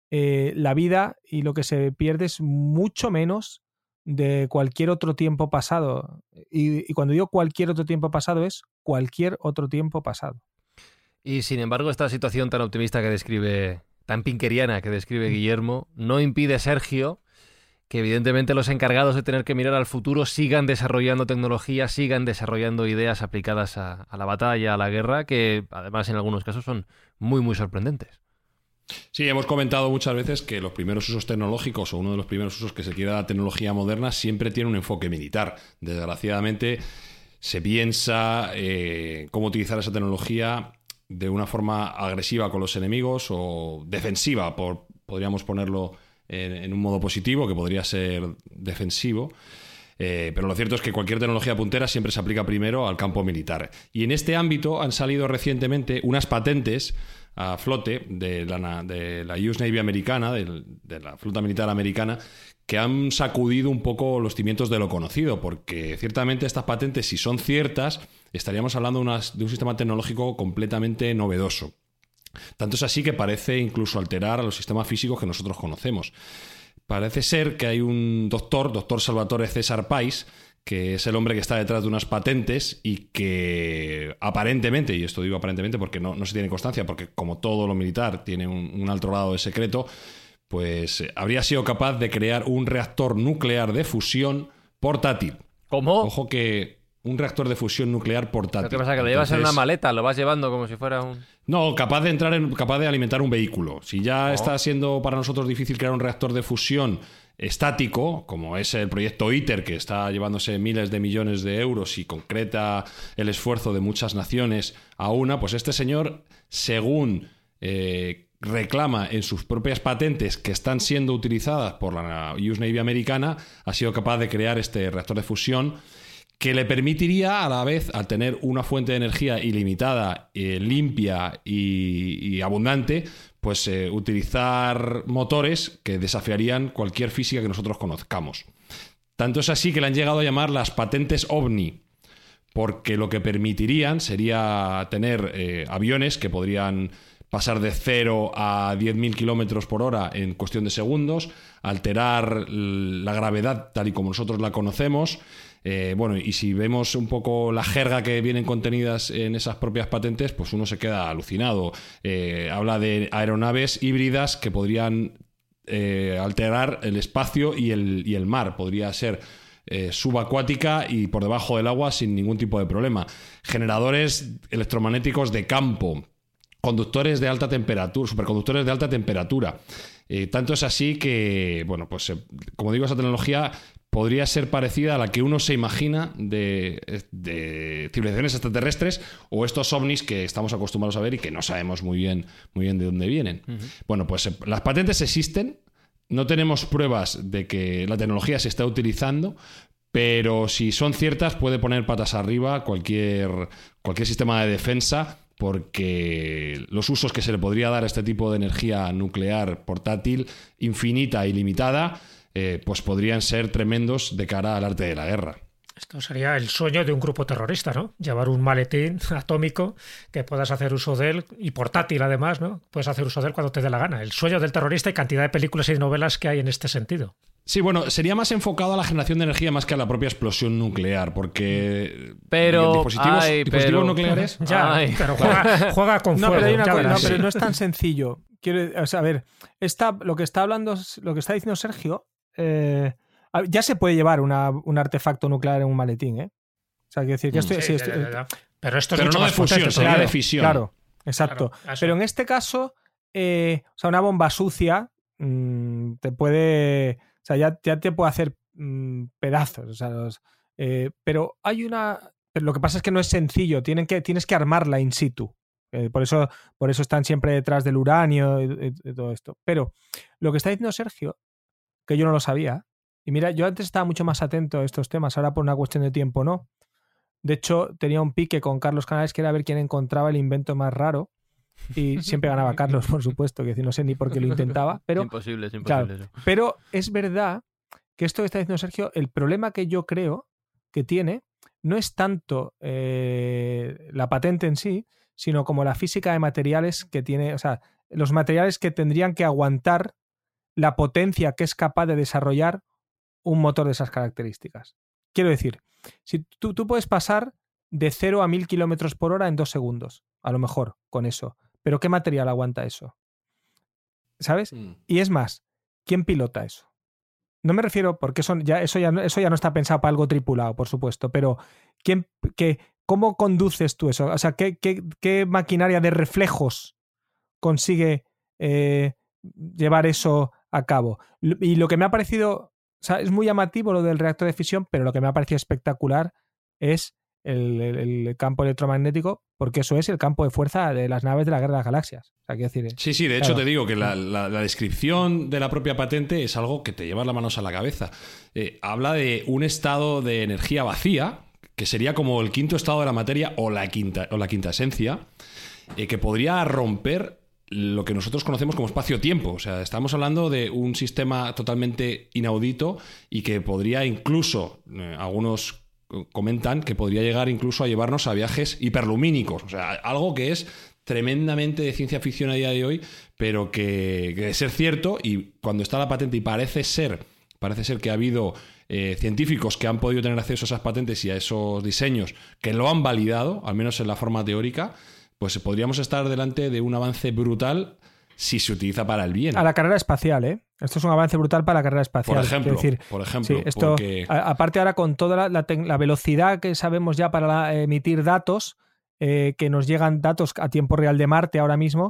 la vida y lo que se pierde es mucho menos de cualquier otro tiempo pasado. Y cuando digo cualquier otro tiempo pasado, es cualquier otro tiempo pasado. Y sin embargo, esta situación tan optimista que describe, tan pinkeriana que describe Guillermo, no impide, Sergio, que evidentemente los encargados de tener que mirar al futuro sigan desarrollando tecnología, sigan desarrollando ideas aplicadas a la batalla, a la guerra, que además en algunos casos son muy, muy sorprendentes. Sí, hemos comentado muchas veces que los primeros usos tecnológicos, o uno de los primeros usos que se quiere dar a la tecnología moderna, siempre tiene un enfoque militar. Desgraciadamente, se piensa cómo utilizar esa tecnología de una forma agresiva con los enemigos o defensiva, podríamos ponerlo en un modo positivo, que podría ser defensivo. Pero lo cierto es que cualquier tecnología puntera siempre se aplica primero al campo militar. Y en este ámbito han salido recientemente unas patentes a flote de la US Navy americana, de la flota militar americana, que han sacudido un poco los cimientos de lo conocido, porque ciertamente estas patentes, si son ciertas, estaríamos hablando de un sistema tecnológico completamente novedoso. Tanto es así que parece incluso alterar a los sistemas físicos que nosotros conocemos. Parece ser que hay un doctor Salvatore César Pais, que es el hombre que está detrás de unas patentes y que aparentemente, y esto digo aparentemente porque no se tiene constancia, porque como todo lo militar tiene un alto grado de secreto, pues habría sido capaz de crear un reactor nuclear de fusión portátil. ¿Cómo? Ojo que un reactor de fusión nuclear portátil. ¿Qué pasa? ¿Que lo llevas en una maleta? ¿Lo vas llevando como si fuera un...? No, capaz de alimentar un vehículo. Si ya está siendo para nosotros difícil crear un reactor de fusión estático, como es el proyecto ITER, que está llevándose miles de millones de euros y concreta el esfuerzo de muchas naciones a una, pues este señor, según reclama en sus propias patentes que están siendo utilizadas por la US Navy americana, ha sido capaz de crear este reactor de fusión que le permitiría a la vez, al tener una fuente de energía ilimitada, limpia y abundante, pues utilizar motores que desafiarían cualquier física que nosotros conozcamos. Tanto es así que le han llegado a llamar las patentes OVNI, porque lo que permitirían sería tener aviones que podrían pasar de 0 a 10.000 kilómetros por hora en cuestión de segundos, alterar la gravedad tal y como nosotros la conocemos. Bueno, y si vemos un poco la jerga que vienen contenidas en esas propias patentes, pues uno se queda alucinado. Habla de aeronaves híbridas que podrían alterar el espacio y el mar. Podría ser subacuática y por debajo del agua sin ningún tipo de problema. Generadores electromagnéticos de campo, conductores de alta temperatura, superconductores de alta temperatura. Tanto es así que, bueno, pues como digo, esa tecnología podría ser parecida a la que uno se imagina de civilizaciones extraterrestres o estos ovnis que estamos acostumbrados a ver y que no sabemos muy bien de dónde vienen. Uh-huh. Bueno, pues las patentes existen, no tenemos pruebas de que la tecnología se está utilizando, pero si son ciertas puede poner patas arriba cualquier sistema de defensa porque los usos que se le podría dar a este tipo de energía nuclear portátil, infinita y limitada, pues podrían ser tremendos de cara al arte de la guerra. Esto sería el sueño de un grupo terrorista, ¿no? Llevar un maletín atómico que puedas hacer uso de él, y portátil además, ¿no? Puedes hacer uso de él cuando te dé la gana. El sueño del terrorista y cantidad de películas y novelas que hay en este sentido. Sí, bueno, sería más enfocado a la generación de energía más que a la propia explosión nuclear, porque dispositivos nucleares... Pero juega con fuego. Pero no es tan sencillo. A ver, lo que está diciendo Sergio, ya se puede llevar un artefacto nuclear en un maletín, ¿eh? O sea, quiero decir que Pero esto es no de fusión, sería de fisión. Claro, exacto. Claro, pero en este caso, una bomba sucia te puede... O sea, ya te puede hacer pedazos. O sea, pero lo que pasa es que no es sencillo. Tienes que armarla in situ. Por eso están siempre detrás del uranio y todo esto. Pero lo que está diciendo Sergio, que yo no lo sabía, y mira, yo antes estaba mucho más atento a estos temas, ahora por una cuestión de tiempo no. De hecho, tenía un pique con Carlos Canales que era ver quién encontraba el invento más raro. Y siempre ganaba Carlos, por supuesto, que no sé ni por qué lo intentaba, pero es imposible claro, eso. Pero es verdad que esto que está diciendo Sergio, el problema que yo creo que tiene no es tanto la patente en sí, sino como la física de materiales que tiene, o sea, los materiales que tendrían que aguantar la potencia que es capaz de desarrollar un motor de esas características. Quiero decir, si tú puedes pasar de 0 a 1000 kilómetros por hora en 2 segundos, a lo mejor, con eso. Pero ¿qué material aguanta eso? ¿Sabes? Y es más, ¿quién pilota eso? No me refiero, porque eso ya no está pensado para algo tripulado, por supuesto, pero ¿cómo conduces tú eso? O sea, ¿qué maquinaria de reflejos consigue llevar eso a cabo? Y lo que me ha parecido, o sea, es muy llamativo lo del reactor de fisión, pero lo que me ha parecido espectacular es el campo electromagnético, porque eso es el campo de fuerza de las naves de la Guerra de las Galaxias. O sea, quiero decir, sí, de hecho te digo que la descripción de la propia patente es algo que te lleva las manos a la cabeza. Habla de un estado de energía vacía, que sería como el quinto estado de la materia o la quinta esencia, que podría romper lo que nosotros conocemos como espacio-tiempo. O sea, estamos hablando de un sistema totalmente inaudito y que podría incluso, algunos comentan que podría llegar incluso a llevarnos a viajes hiperlumínicos, o sea, algo que es tremendamente de ciencia ficción a día de hoy, pero que de ser cierto, y cuando está la patente y parece ser que ha habido científicos que han podido tener acceso a esas patentes y a esos diseños que lo han validado, al menos en la forma teórica, pues podríamos estar delante de un avance brutal si se utiliza para el bien. A la carrera espacial, ¿eh? Esto es un avance brutal para la carrera espacial. Por ejemplo. Sí, esto, porque... aparte ahora con toda la velocidad que sabemos ya para emitir datos, que nos llegan datos a tiempo real de Marte ahora mismo,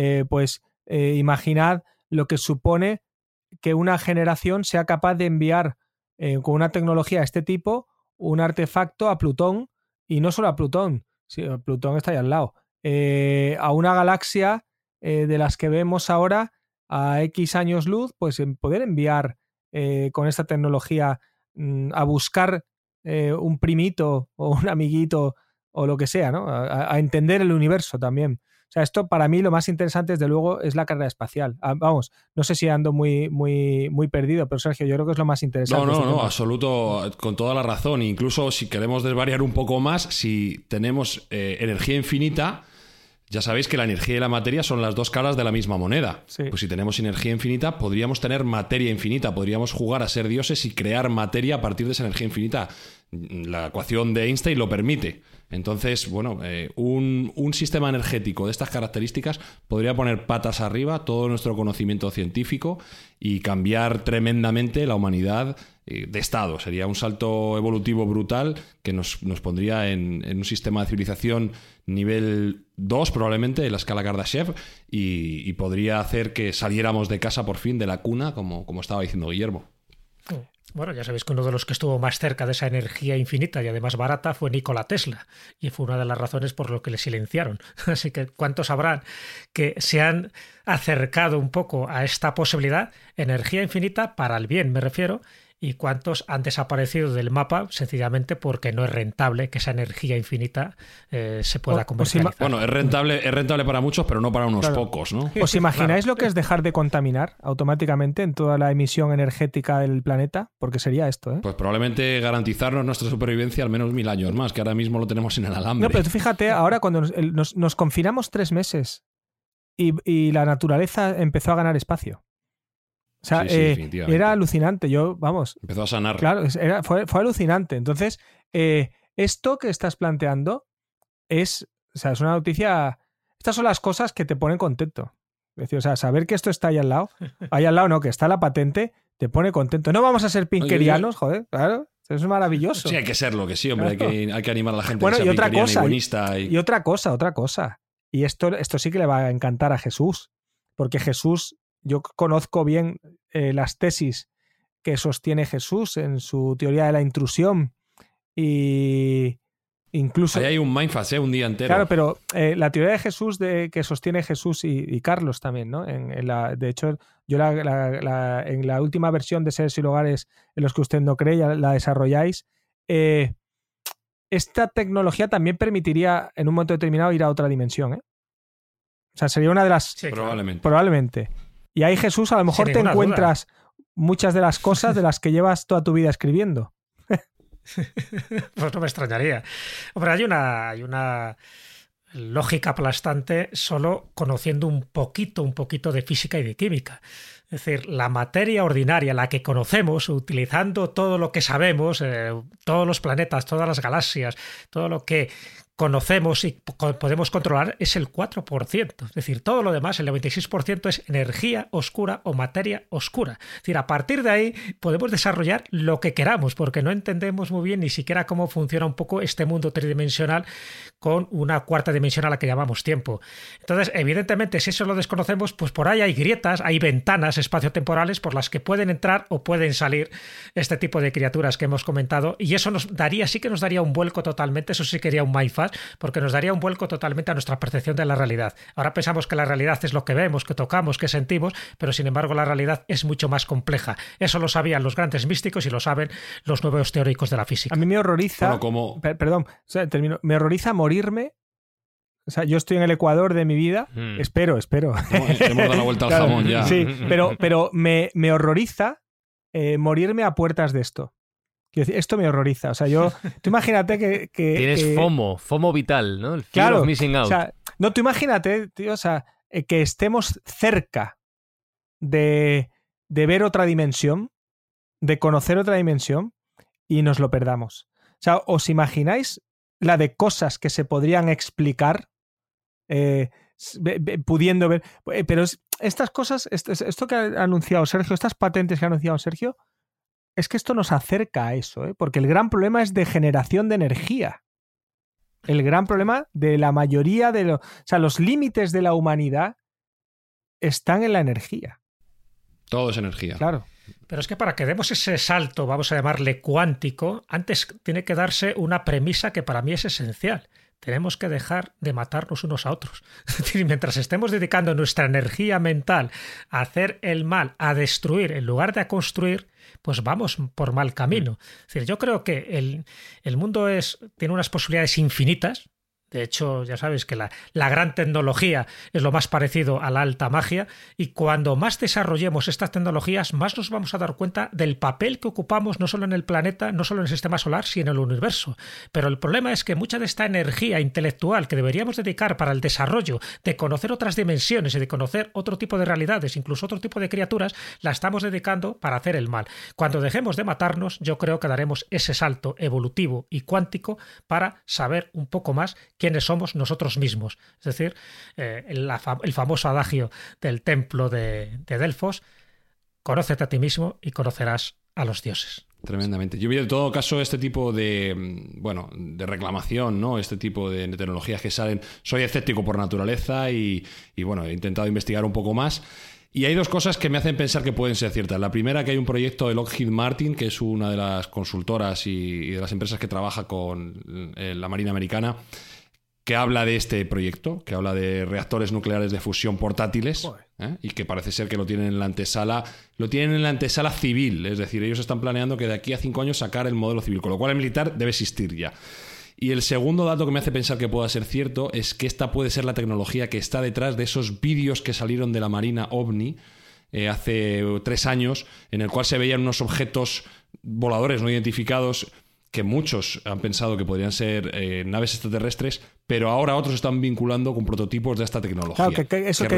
imaginad lo que supone que una generación sea capaz de enviar con una tecnología de este tipo un artefacto a Plutón, y no solo a Plutón, sí, Plutón está ahí al lado, a una galaxia de las que vemos ahora a X años luz, pues en poder enviar con esta tecnología a buscar un primito o un amiguito o lo que sea, ¿no? A entender el universo también. O sea, esto para mí lo más interesante, desde luego, es la carrera espacial. Vamos, no sé si ando muy, muy, muy perdido, pero Sergio, yo creo que es lo más interesante. No, absoluto, con toda la razón. Incluso si queremos desvariar un poco más, si tenemos energía infinita, ya sabéis que la energía y la materia son las dos caras de la misma moneda. Sí. Pues si tenemos energía infinita, podríamos tener materia infinita, podríamos jugar a ser dioses y crear materia a partir de esa energía infinita. La ecuación de Einstein lo permite. Entonces, bueno, un sistema energético de estas características podría poner patas arriba todo nuestro conocimiento científico y cambiar tremendamente la humanidad de estado. Sería un salto evolutivo brutal que nos pondría en un sistema de civilización nivel 2 probablemente de la escala Kardashev y podría hacer que saliéramos de casa por fin, de la cuna, como estaba diciendo Guillermo. Bueno, ya sabéis que uno de los que estuvo más cerca de esa energía infinita y además barata fue Nikola Tesla, y fue una de las razones por lo que le silenciaron. Así que ¿cuántos habrán que se han acercado un poco a esta posibilidad? Energía infinita para el bien, me refiero, y cuántos han desaparecido del mapa sencillamente porque no es rentable que esa energía infinita se pueda comercializar. Bueno, es rentable para muchos, pero no para unos pocos, ¿no? ¿Os imagináis lo que es dejar de contaminar automáticamente en toda la emisión energética del planeta? Porque sería esto, ¿eh? Pues probablemente garantizarnos nuestra supervivencia al menos 1000 años más, que ahora mismo lo tenemos en el alambre. No, pero tú fíjate, ahora cuando nos confinamos 3 meses y la naturaleza empezó a ganar espacio. O sea, era alucinante. Empezó a sanar. Claro, fue alucinante. Entonces, esto que estás planteando es una noticia. Estas son las cosas que te ponen contento. Es decir, o sea, saber que esto está ahí al lado no, que está la patente, te pone contento. No vamos a ser pinkerianos, joder, claro. Es maravilloso. Sí, hay que serlo, que sí, hombre. Claro. Hay que animar a la gente bueno, a ser otra cosa, y buenista. Y otra cosa. Y esto sí que le va a encantar a Jesús. Porque Jesús, yo conozco bien las tesis que sostiene Jesús en su teoría de la intrusión. Y incluso... Ahí hay un mindfuck, un día entero. Claro, pero la teoría de Jesús que sostiene Jesús y Carlos también, ¿no? De hecho, yo en la última versión de Seres y Lugares en los que usted no cree, ya la desarrolláis, esta tecnología también permitiría en un momento determinado ir a otra dimensión, ¿eh? O sea, sería una de las... Sí, probablemente. Y ahí, Jesús, a lo mejor te encuentras muchas de las cosas de las que llevas toda tu vida escribiendo. Pues no me extrañaría. Hombre, hay una lógica aplastante solo conociendo un poquito de física y de química. Es decir, la materia ordinaria, la que conocemos, utilizando todo lo que sabemos, todos los planetas, todas las galaxias, todo lo que conocemos y podemos controlar es el 4%. Es decir, todo lo demás, el 96% es energía oscura o materia oscura. Es decir, a partir de ahí podemos desarrollar lo que queramos, porque no entendemos muy bien ni siquiera cómo funciona un poco este mundo tridimensional con una cuarta dimensión a la que llamamos tiempo. Entonces, evidentemente, si eso lo desconocemos, pues por ahí hay grietas, hay ventanas espaciotemporales por las que pueden entrar o pueden salir este tipo de criaturas que hemos comentado, y eso sí que nos daría un vuelco totalmente, eso sí que sería un mindfuck, porque nos daría un vuelco totalmente a nuestra percepción de la realidad. Ahora pensamos que la realidad es lo que vemos, que tocamos, que sentimos, pero sin embargo la realidad es mucho más compleja. Eso lo sabían los grandes místicos y lo saben los nuevos teóricos de la física. A mí me horroriza... Termino. Me horroriza morirme. O sea, yo estoy en el Ecuador de mi vida. Espero. Hemos dado la vuelta al jamón ya. Sí, pero me horroriza morirme a puertas de esto. Quiero decir, esto me horroriza. O sea, tú imagínate que tienes FOMO vital, ¿no? El fear of missing out. O sea, no, tú imagínate, tío, o sea, que estemos cerca de ver otra dimensión, de conocer otra dimensión y nos lo perdamos. O sea, ¿os imagináis la de cosas que se podrían explicar pudiendo ver? Pero estas cosas, esto que ha anunciado Sergio, estas patentes que ha anunciado Sergio, es que esto nos acerca a eso, ¿eh? Porque el gran problema es de generación de energía. El gran problema de la mayoría o sea, los límites de la humanidad están en la energía. Todo es energía. Claro. Pero es que para que demos ese salto, vamos a llamarle cuántico, antes tiene que darse una premisa que para mí es esencial. Tenemos que dejar de matarnos unos a otros. Es decir, mientras estemos dedicando nuestra energía mental a hacer el mal, a destruir, en lugar de a construir, pues vamos por mal camino. Es decir, yo creo que el mundo tiene unas posibilidades infinitas. De hecho, ya sabes que la gran tecnología es lo más parecido a la alta magia, y cuando más desarrollemos estas tecnologías, más nos vamos a dar cuenta del papel que ocupamos no solo en el planeta, no solo en el sistema solar, sino en el universo. Pero el problema es que mucha de esta energía intelectual que deberíamos dedicar para el desarrollo de conocer otras dimensiones y de conocer otro tipo de realidades, incluso otro tipo de criaturas, la estamos dedicando para hacer el mal. Cuando dejemos de matarnos, yo creo que daremos ese salto evolutivo y cuántico para saber un poco más quiénes somos nosotros mismos. Es decir, el famoso adagio del templo de Delfos: conócete a ti mismo y conocerás a los dioses. Tremendamente. Yo vi en todo caso este tipo de reclamación, ¿no? Este tipo de tecnologías que salen. Soy escéptico por naturaleza y bueno, he intentado investigar un poco más. Y hay dos cosas que me hacen pensar que pueden ser ciertas. La primera, que hay un proyecto de Lockheed Martin, que es una de las consultoras y de las empresas que trabaja con la Marina Americana, que habla de este proyecto, que habla de reactores nucleares de fusión portátiles, y que parece ser que lo tienen en la antesala civil, es decir, ellos están planeando que de aquí a 5 años sacar el modelo civil, con lo cual el militar debe existir ya. Y el segundo dato que me hace pensar que pueda ser cierto es que esta puede ser la tecnología que está detrás de esos vídeos que salieron de la Marina OVNI hace 3 años, en el cual se veían unos objetos voladores no identificados que muchos han pensado que podrían ser naves extraterrestres, pero ahora otros están vinculando con prototipos de esta tecnología. Claro,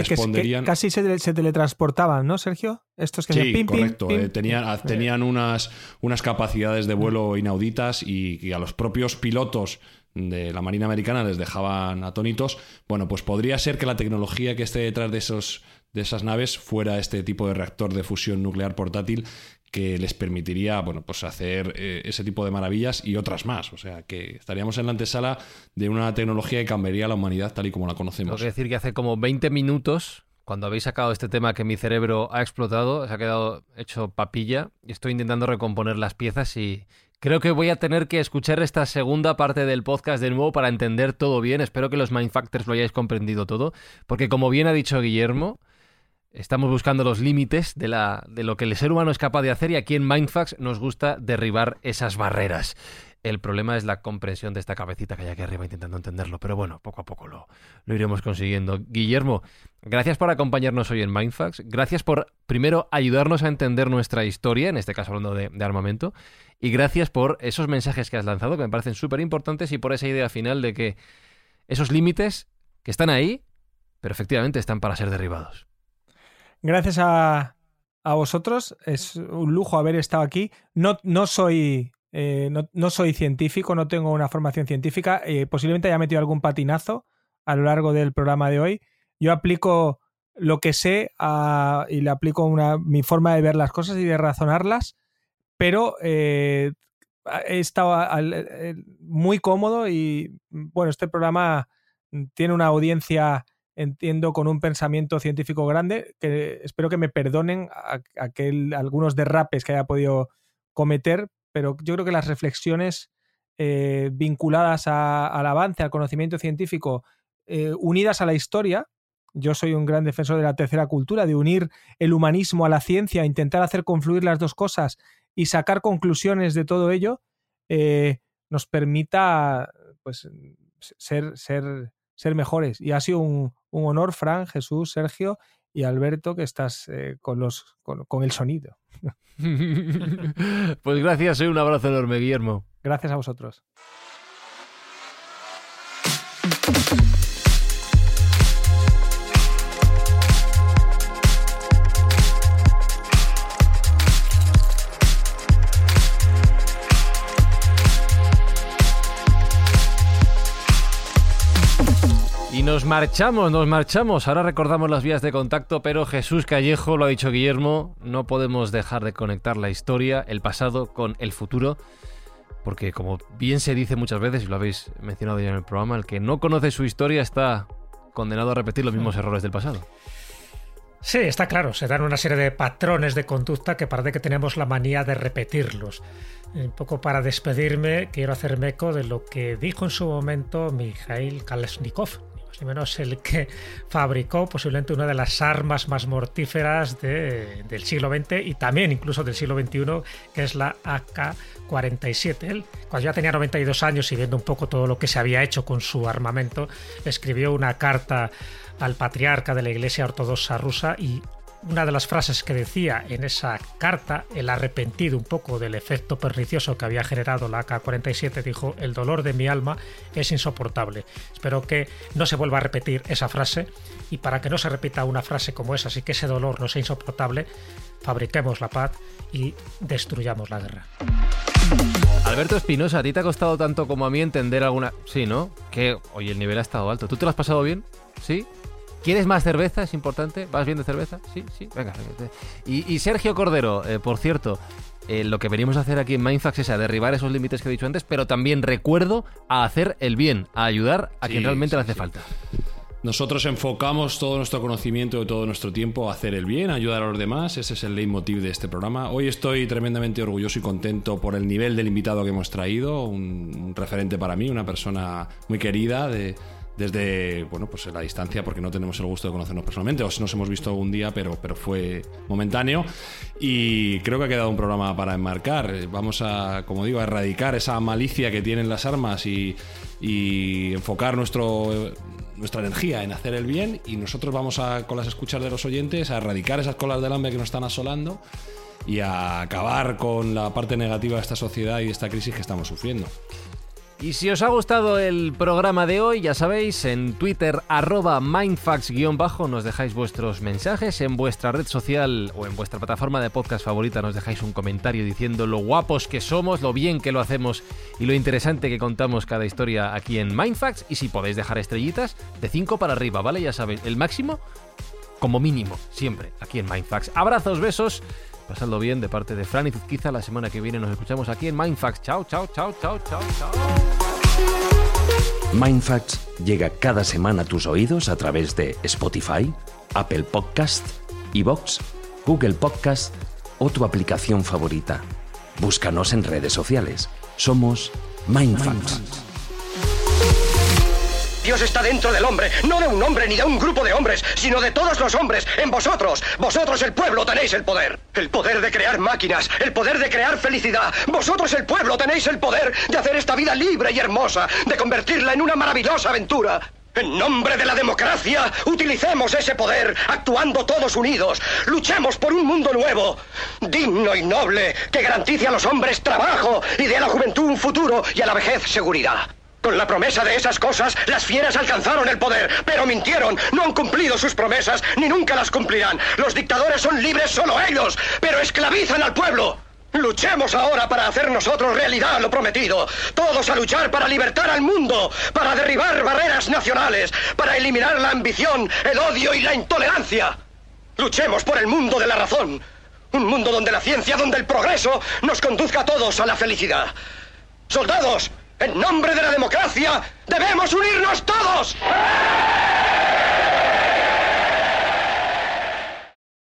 que casi se teletransportaban, ¿no, Sergio? Estos que sí, correcto. Tenían unas capacidades de vuelo inauditas y a los propios pilotos de la Marina Americana les dejaban atónitos. Bueno, pues podría ser que la tecnología que esté detrás de esas naves fuera este tipo de reactor de fusión nuclear portátil que les permitiría, bueno, pues hacer ese tipo de maravillas y otras más. O sea, que estaríamos en la antesala de una tecnología que cambiaría la humanidad tal y como la conocemos. Tengo que decir que hace como 20 minutos, cuando habéis sacado este tema, que mi cerebro ha explotado, se ha quedado hecho papilla, y estoy intentando recomponer las piezas y creo que voy a tener que escuchar esta segunda parte del podcast de nuevo para entender todo bien. Espero que los Mindfactors lo hayáis comprendido todo, porque como bien ha dicho Guillermo, estamos buscando los límites de lo que el ser humano es capaz de hacer, y aquí en Mindfacts nos gusta derribar esas barreras. El problema es la comprensión de esta cabecita que hay aquí arriba intentando entenderlo, pero bueno, poco a poco lo iremos consiguiendo. Guillermo, gracias por acompañarnos hoy en Mindfacts, gracias por, primero, ayudarnos a entender nuestra historia, en este caso hablando de armamento, y gracias por esos mensajes que has lanzado, que me parecen súper importantes, y por esa idea final de que esos límites que están ahí, pero efectivamente están para ser derribados. Gracias a vosotros, es un lujo haber estado aquí. No soy científico, no tengo una formación científica, posiblemente haya metido algún patinazo a lo largo del programa de hoy. Yo aplico lo que sé y le aplico mi forma de ver las cosas y de razonarlas, pero he estado muy cómodo y bueno, este programa tiene una audiencia, entiendo, con un pensamiento científico grande, que espero que me perdonen algunos derrapes que haya podido cometer, pero yo creo que las reflexiones vinculadas al avance, al conocimiento científico, unidas a la historia. Yo soy un gran defensor de la tercera cultura, de unir el humanismo a la ciencia, intentar hacer confluir las dos cosas y sacar conclusiones de todo ello, nos permita, pues, ser mejores. Y ha sido un honor, Fran, Jesús, Sergio y Alberto, que estás con el sonido. Pues gracias, un abrazo enorme, Guillermo. Gracias a vosotros. Y nos marchamos. Ahora recordamos las vías de contacto, pero Jesús Callejo, lo ha dicho Guillermo, no podemos dejar de conectar la historia, el pasado, con el futuro, porque como bien se dice muchas veces, y lo habéis mencionado ya en el programa, el que no conoce su historia está condenado a repetir los mismos errores del pasado. Sí, está claro, se dan una serie de patrones de conducta que parece que tenemos la manía de repetirlos. Un poco para despedirme, quiero hacerme eco de lo que dijo en su momento Mikhail Kalashnikov, ni menos el que fabricó posiblemente una de las armas más mortíferas del siglo XX y también incluso del siglo XXI, que es la AK-47. Él, cuando ya tenía 92 años y viendo un poco todo lo que se había hecho con su armamento, escribió una carta al patriarca de la Iglesia Ortodoxa rusa, y una de las frases que decía en esa carta, el arrepentido un poco del efecto pernicioso que había generado la AK-47, dijo: el dolor de mi alma es insoportable. Espero que no se vuelva a repetir esa frase, y para que no se repita una frase como esa, así que ese dolor no sea insoportable, fabriquemos la paz y destruyamos la guerra. Alberto Espinosa, ¿a ti te ha costado tanto como a mí entender alguna...? Sí, ¿no? Que, oye, el nivel ha estado alto. ¿Tú te lo has pasado bien? ¿Sí? ¿Quieres más cerveza? Es importante. ¿Vas bien de cerveza? Sí. Venga. Y Sergio Cordero, por cierto, lo que venimos a hacer aquí en Mindfacts es a derribar esos límites que he dicho antes, pero también recuerdo a hacer el bien, a ayudar a quien realmente le hace falta. Nosotros enfocamos todo nuestro conocimiento y todo nuestro tiempo a hacer el bien, a ayudar a los demás. Ese es el leitmotiv de este programa. Hoy estoy tremendamente orgulloso y contento por el nivel del invitado que hemos traído, un referente para mí, una persona muy querida de desde, bueno, pues en la distancia, porque no tenemos el gusto de conocernos personalmente, o nos hemos visto un día, pero fue momentáneo, y creo que ha quedado un programa para enmarcar. Vamos a, como digo, a erradicar esa malicia que tienen las armas y enfocar nuestra energía en hacer el bien, y nosotros vamos con las escuchas de los oyentes a erradicar esas colas del hambre que nos están asolando y a acabar con la parte negativa de esta sociedad y de esta crisis que estamos sufriendo. Y si os ha gustado el programa de hoy, ya sabéis, en Twitter @mindfacts_ nos dejáis vuestros mensajes, en vuestra red social o en vuestra plataforma de podcast favorita nos dejáis un comentario diciendo lo guapos que somos, lo bien que lo hacemos y lo interesante que contamos cada historia aquí en Mindfacts. Y si podéis dejar estrellitas, de 5 para arriba, ¿vale? Ya sabéis, el máximo como mínimo, siempre aquí en Mindfacts. Abrazos, besos. Pasadlo bien de parte de Fran y Zuzquiza. La semana que viene nos escuchamos aquí en Mindfacts. Chao, chao, chao, chao, chao, chao. Mindfacts llega cada semana a tus oídos a través de Spotify, Apple Podcast, iVoox, Google Podcast o tu aplicación favorita. Búscanos en redes sociales. Somos Mindfacts. Dios está dentro del hombre, no de un hombre ni de un grupo de hombres, sino de todos los hombres, en vosotros. Vosotros, el pueblo, tenéis el poder. El poder de crear máquinas, el poder de crear felicidad. Vosotros, el pueblo, tenéis el poder de hacer esta vida libre y hermosa, de convertirla en una maravillosa aventura. En nombre de la democracia, utilicemos ese poder, actuando todos unidos. Luchemos por un mundo nuevo, digno y noble, que garantice a los hombres trabajo y dé a la juventud un futuro y a la vejez seguridad. Con la promesa de esas cosas, las fieras alcanzaron el poder, pero mintieron, no han cumplido sus promesas, ni nunca las cumplirán. Los dictadores son libres solo ellos, pero esclavizan al pueblo. Luchemos ahora para hacer nosotros realidad lo prometido. Todos a luchar para libertar al mundo, para derribar barreras nacionales, para eliminar la ambición, el odio y la intolerancia. Luchemos por el mundo de la razón. Un mundo donde la ciencia, donde el progreso nos conduzca a todos a la felicidad. ¡Soldados! En nombre de la democracia, debemos unirnos todos.